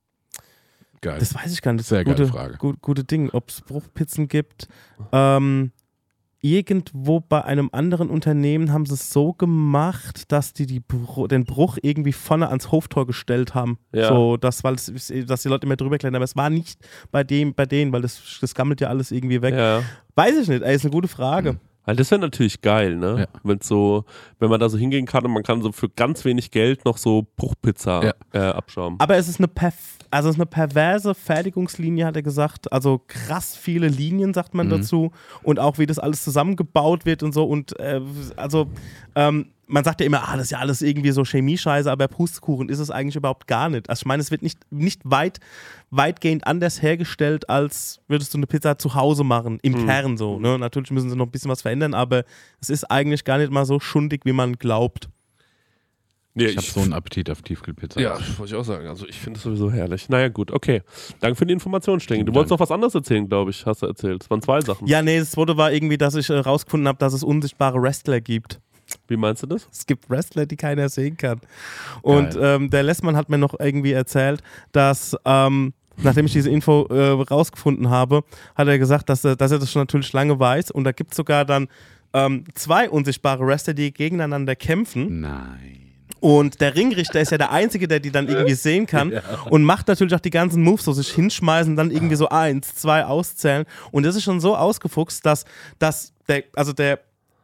Geil. Das weiß ich gar nicht. Sehr gute, geile Frage. Gut, gute Ding, ob es Bruchpizzen gibt. Ähm, irgendwo bei einem anderen Unternehmen haben sie es so gemacht, dass die, die Bru- den Bruch irgendwie vorne ans Hoftor gestellt haben. Ja. So, dass, weil es, dass die Leute immer drüber klettern. Aber es war nicht bei dem, bei denen, weil das, das gammelt ja alles irgendwie weg. Ja. Weiß ich nicht, ey, ist eine gute Frage. Weil das wäre natürlich geil, ne? Ja. Wenn's so, wenn man da so hingehen kann und man kann so für ganz wenig Geld noch so Bruchpizza Ja. äh, abschauen. Aber es ist eine perf- also es ist eine perverse Fertigungslinie, hat er gesagt. Also krass viele Linien, sagt man Mhm. dazu. Und auch wie das alles zusammengebaut wird und so. Und äh, also ähm, man sagt ja immer, ah, das ist ja alles irgendwie so Chemiescheiße, aber Pustekuchen ist es eigentlich überhaupt gar nicht. Also ich meine, es wird nicht, nicht weit, weitgehend anders hergestellt, als würdest du eine Pizza zu Hause machen, im Mhm. Kern so. Ne? Natürlich müssen sie noch ein bisschen was verändern, aber es ist eigentlich gar nicht mal so schundig, wie man glaubt. Nee, Ich habe so einen Appetit auf Tiefkühlpizza. Ja, wollte ich auch sagen. Also ich finde es sowieso herrlich. Naja, gut, okay. Danke für die Information, Stengi. Du Danke. wolltest noch was anderes erzählen, glaube ich, hast du erzählt. Es waren zwei Sachen. Ja, nee, das zweite war irgendwie, dass ich äh, rausgefunden habe, dass es unsichtbare Wrestler gibt. Wie meinst du das? Es gibt Wrestler, die keiner sehen kann. Und ähm, der Lessmann hat mir noch irgendwie erzählt, dass, ähm, nachdem ich diese Info äh, rausgefunden habe, hat er gesagt, dass er, dass er das schon natürlich lange weiß. Und da gibt es sogar dann ähm, zwei unsichtbare Wrestler, die gegeneinander kämpfen. Nein. Und der Ringrichter ist ja der Einzige, der die dann irgendwie sehen kann und macht natürlich auch die ganzen Moves, so sich hinschmeißen, dann irgendwie so eins, zwei auszählen. Und das ist schon so ausgefuchst, dass, dass der, also der,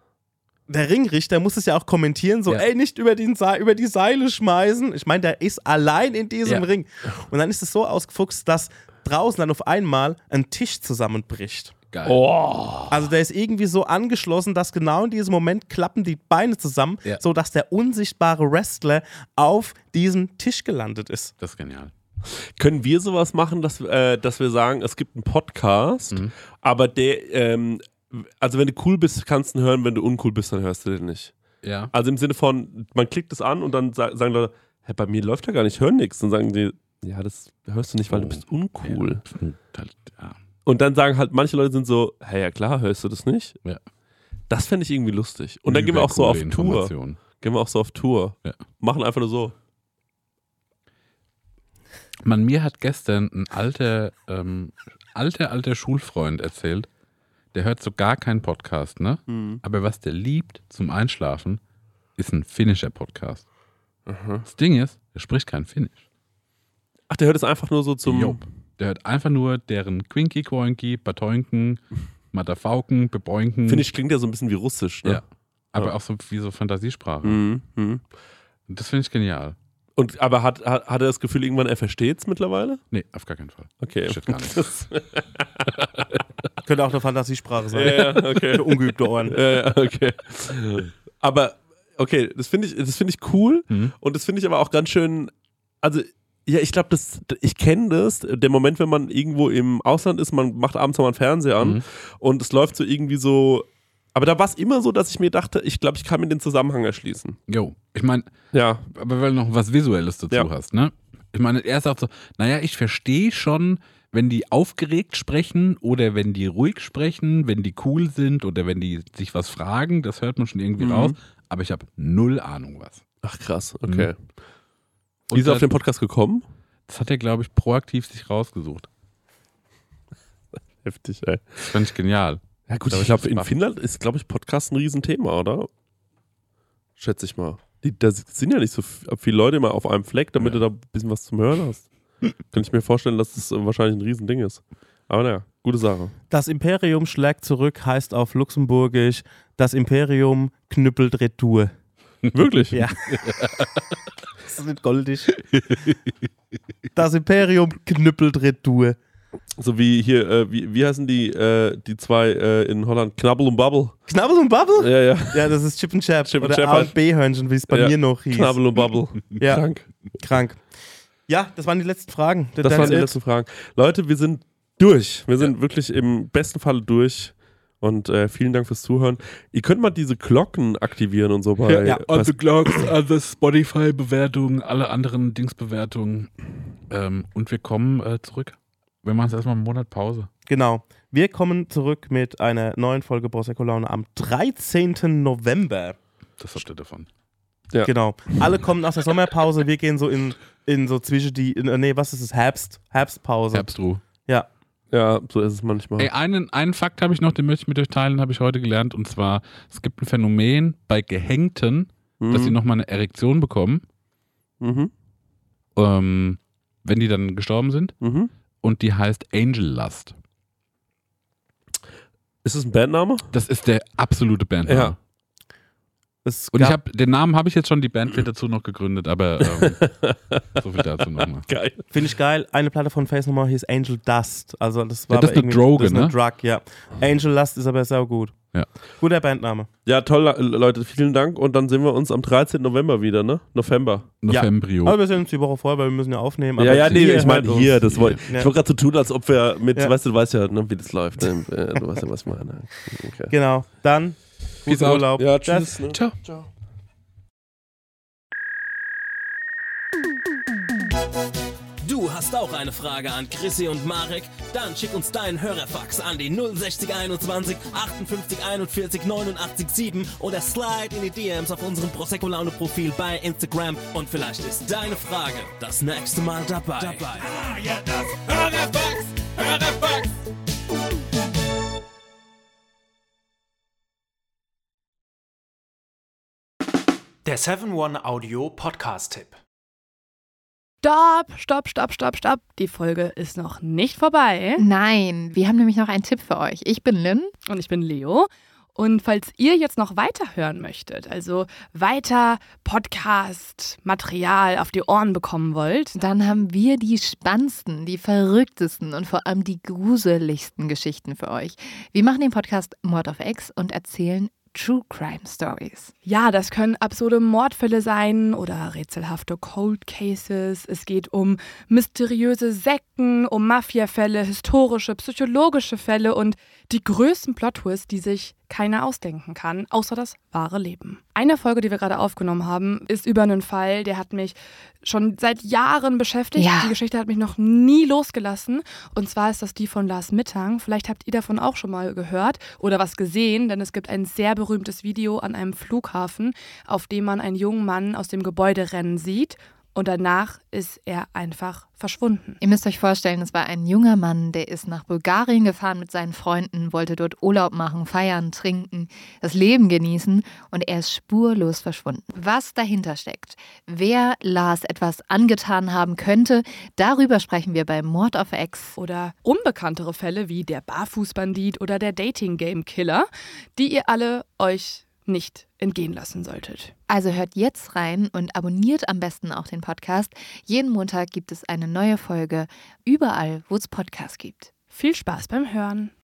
der Ringrichter muss es ja auch kommentieren, so, Ja. ey, nicht über, den Sa- über die Seile schmeißen. Ich meine, der ist allein in diesem Ja. Ring. Und dann ist es so ausgefuchst, dass draußen dann auf einmal ein Tisch zusammenbricht. Geil. Oh. Also der ist irgendwie so angeschlossen, dass genau in diesem Moment klappen die Beine zusammen, Ja. sodass der unsichtbare Wrestler auf diesem Tisch gelandet ist. Das ist genial. Können wir sowas machen, dass, äh, dass wir sagen, es gibt einen Podcast, Mhm. aber der, ähm, also wenn du cool bist, kannst du ihn hören, wenn du uncool bist, dann hörst du den nicht. Ja. Also im Sinne von, man klickt es an und dann sa- sagen Leute, Hä, bei mir läuft ja gar nicht, hören nichts. Dann sagen die, ja, das hörst du nicht, weil du Oh. bist uncool. Ja, halt, ja. Und dann sagen halt, manche Leute sind so, hey, ja klar, hörst du das nicht? Ja. Das fände ich irgendwie lustig. Und dann gehen wir auch so auf Übercoole Tour. Informationen. Gehen wir auch so auf Tour. Ja. Machen einfach nur so. Man, mir hat gestern ein alter, ähm, alter, alter Schulfreund erzählt, der hört so gar keinen Podcast, ne? Mhm. Aber was der liebt zum Einschlafen, ist ein finnischer Podcast. Aha. Das Ding ist, der spricht kein Finnisch. Ach, der hört es einfach nur so zum... Jo. Der hört einfach nur deren Quinky, Quoinky, Batoinken, Matafauken, Beboinken. Finnisch klingt ja so ein bisschen wie Russisch, ne? Ja. Aber Ja. auch so wie so Fantasiesprache. Mhm. Mhm. Und das finde ich genial. Und, aber hat, hat, hat er das Gefühl, irgendwann er versteht es mittlerweile? Nee, auf gar keinen Fall. Okay. Shit, gar nicht. Das, Könnte auch eine Fantasiesprache sein. ja, ja, okay. Für ungeübte Ohren. Ja, ja, okay. Aber, okay, das finde ich, das finde ich cool. Mhm. Und das finde ich aber auch ganz schön, also, ja, ich glaube, das, ich kenne das, der Moment, wenn man irgendwo im Ausland ist, man macht abends nochmal einen Fernseher an Mhm. und es läuft so irgendwie so, aber da war es immer so, dass ich mir dachte, ich glaube, ich kann mir den Zusammenhang erschließen. Jo, ich meine, Ja, aber weil du noch was Visuelles dazu Ja. hast, ne? Ich meine, er sagt so, naja, ich verstehe schon, wenn die aufgeregt sprechen oder wenn die ruhig sprechen, wenn die cool sind oder wenn die sich was fragen, das hört man schon irgendwie Mhm. raus, aber ich habe null Ahnung was. ach krass, okay. Mhm. Wie ist er das- auf den Podcast gekommen? Das hat er, glaube ich, proaktiv sich rausgesucht. Heftig, ey. Das fand ich genial. Ja gut, Da ich hab ich glaube, in Spaß. Finnland ist, glaube ich, Podcast ein Riesenthema, oder? Schätze ich mal. Die, da sind ja nicht so f- viele Leute immer auf einem Fleck, damit Ja. du da ein bisschen was zum Hören hast. Kann ich mir vorstellen, dass das äh, wahrscheinlich ein Riesending ist. Aber naja, gute Sache. Das Imperium schlägt zurück heißt auf Luxemburgisch, das Imperium knüppelt retour. Wirklich? Ja. Das ist nicht goldig. Das Imperium knüppelt retour. So wie hier, äh, wie, wie heißen die, äh, die zwei äh, in Holland? Knabbel und Bubble. Knabbel und Bubble? Ja, ja. Ja, das ist Chip and Chap. Chip and oder Chap A halt. und B-Hörnchen, wie es bei Ja. mir noch hieß. Knabbel und Bubble. Ja. Krank. Krank. Ja, das waren die letzten Fragen. Das waren die letzten Fragen. Leute, wir sind durch. Wir sind wirklich im besten Falle durch. Und äh, vielen Dank fürs Zuhören. Ihr könnt mal diese Glocken aktivieren und so bei. Ja, ja. bei On the Clocks, alle Spotify-Bewertungen, alle anderen Dingsbewertungen. Ähm, und wir kommen äh, zurück. Wir machen jetzt erstmal einen Monat Pause. Genau. Wir kommen zurück mit einer neuen Folge Prosecco Laune am dreizehnten November. Das habt ihr davon. Ja. Genau. Alle kommen aus der Sommerpause. Wir gehen so in, in so zwischen die, in, nee, was ist es? Herbst. Herbstpause. Herbstruh. Ja. Ja, so ist es manchmal. Ey, einen, einen Fakt habe ich noch, den möchte ich mit euch teilen, habe ich heute gelernt. Und zwar, es gibt ein Phänomen bei Gehängten, Mhm. dass sie nochmal eine Erektion bekommen, Mhm. ähm, wenn die dann gestorben sind. Mhm. Und die heißt Angel Lust. Ist es ein Bandname? Das ist der absolute Bandname. Ja. Es Und ich gab- habe den Namen habe ich jetzt schon, die Band wird dazu noch gegründet, aber ähm, so viel dazu nochmal. Geil. Finde ich geil. Eine Platte von Face No More hieß Angel Dust. Also das war Ja, das aber ist eine irgendwie- Droge, das ist eine ne? Drug, ja. Angel Dust ist aber sau gut. Ja. Guter Bandname. Ja, toll, Le- Leute, vielen Dank. Und dann sehen wir uns am dreizehnten November wieder, ne? November. Novembrio. Aber wir sehen uns die Woche vorher, weil wir müssen ja aufnehmen. ja, Aber ja, nee, ihr ich meine hört hier. uns. Das wollt, Ja. Ich wollte gerade so tun, als ob wir mit, Ja. weißt du, du weißt ja, ne, wie das läuft. Ne? Äh, Du weißt ja, was ich meine. Okay. Genau. Dann Peace guten out. Urlaub. Ja, tschüss. Ne? Ciao. Du hast auch eine Frage an Chrissy und Marek? Dann schick uns deinen Hörerfax an die null sechzig einundzwanzig achtundfünfzig einundvierzig neunundachtzig sieben oder slide in die D Ms auf unserem Prosecco Laune Profil bei Instagram und vielleicht ist deine Frage das nächste Mal dabei. dabei. Ah, ja, das Hörerfax, Hörerfax. Der seven one Audio Podcast-Tipp. Stopp, stopp, stopp, stopp, stopp. Die Folge ist noch nicht vorbei. Nein, wir haben nämlich noch einen Tipp für euch. Ich bin Lynn. Und ich bin Leo. Und falls ihr jetzt noch weiterhören möchtet, also weiter Podcast-Material auf die Ohren bekommen wollt, Dann haben wir die spannendsten, die verrücktesten und vor allem die gruseligsten Geschichten für euch. Wir machen den Podcast Mord auf Ex und erzählen True Crime Stories. ja, das können absurde Mordfälle sein oder rätselhafte Cold Cases. Es geht um mysteriöse Sekten, um Mafiafälle, historische, psychologische Fälle und Die größten Plot-Twists, die sich keiner ausdenken kann, außer das wahre Leben. Eine Folge, die wir gerade aufgenommen haben, ist über einen Fall, der hat mich schon seit Jahren beschäftigt. Ja. Die Geschichte hat mich noch nie losgelassen. Und zwar ist das die von Lars Mittang. Vielleicht habt ihr davon auch schon mal gehört oder was gesehen, denn es gibt ein sehr berühmtes Video an einem Flughafen, auf dem man einen jungen Mann aus dem Gebäude rennen sieht. Und danach ist er einfach verschwunden. Ihr müsst euch vorstellen, es war ein junger Mann, der ist nach Bulgarien gefahren mit seinen Freunden, wollte dort Urlaub machen, feiern, trinken, das Leben genießen und er ist spurlos verschwunden. Was dahinter steckt, wer Lars etwas angetan haben könnte, darüber sprechen wir bei Mord auf Ex. Oder unbekanntere Fälle wie der Barfußbandit oder der Dating-Game-Killer, die ihr alle euch nicht entgehen lassen solltet. Also hört jetzt rein und abonniert am besten auch den Podcast. Jeden Montag gibt es eine neue Folge, überall, wo es Podcasts gibt. Viel Spaß beim Hören.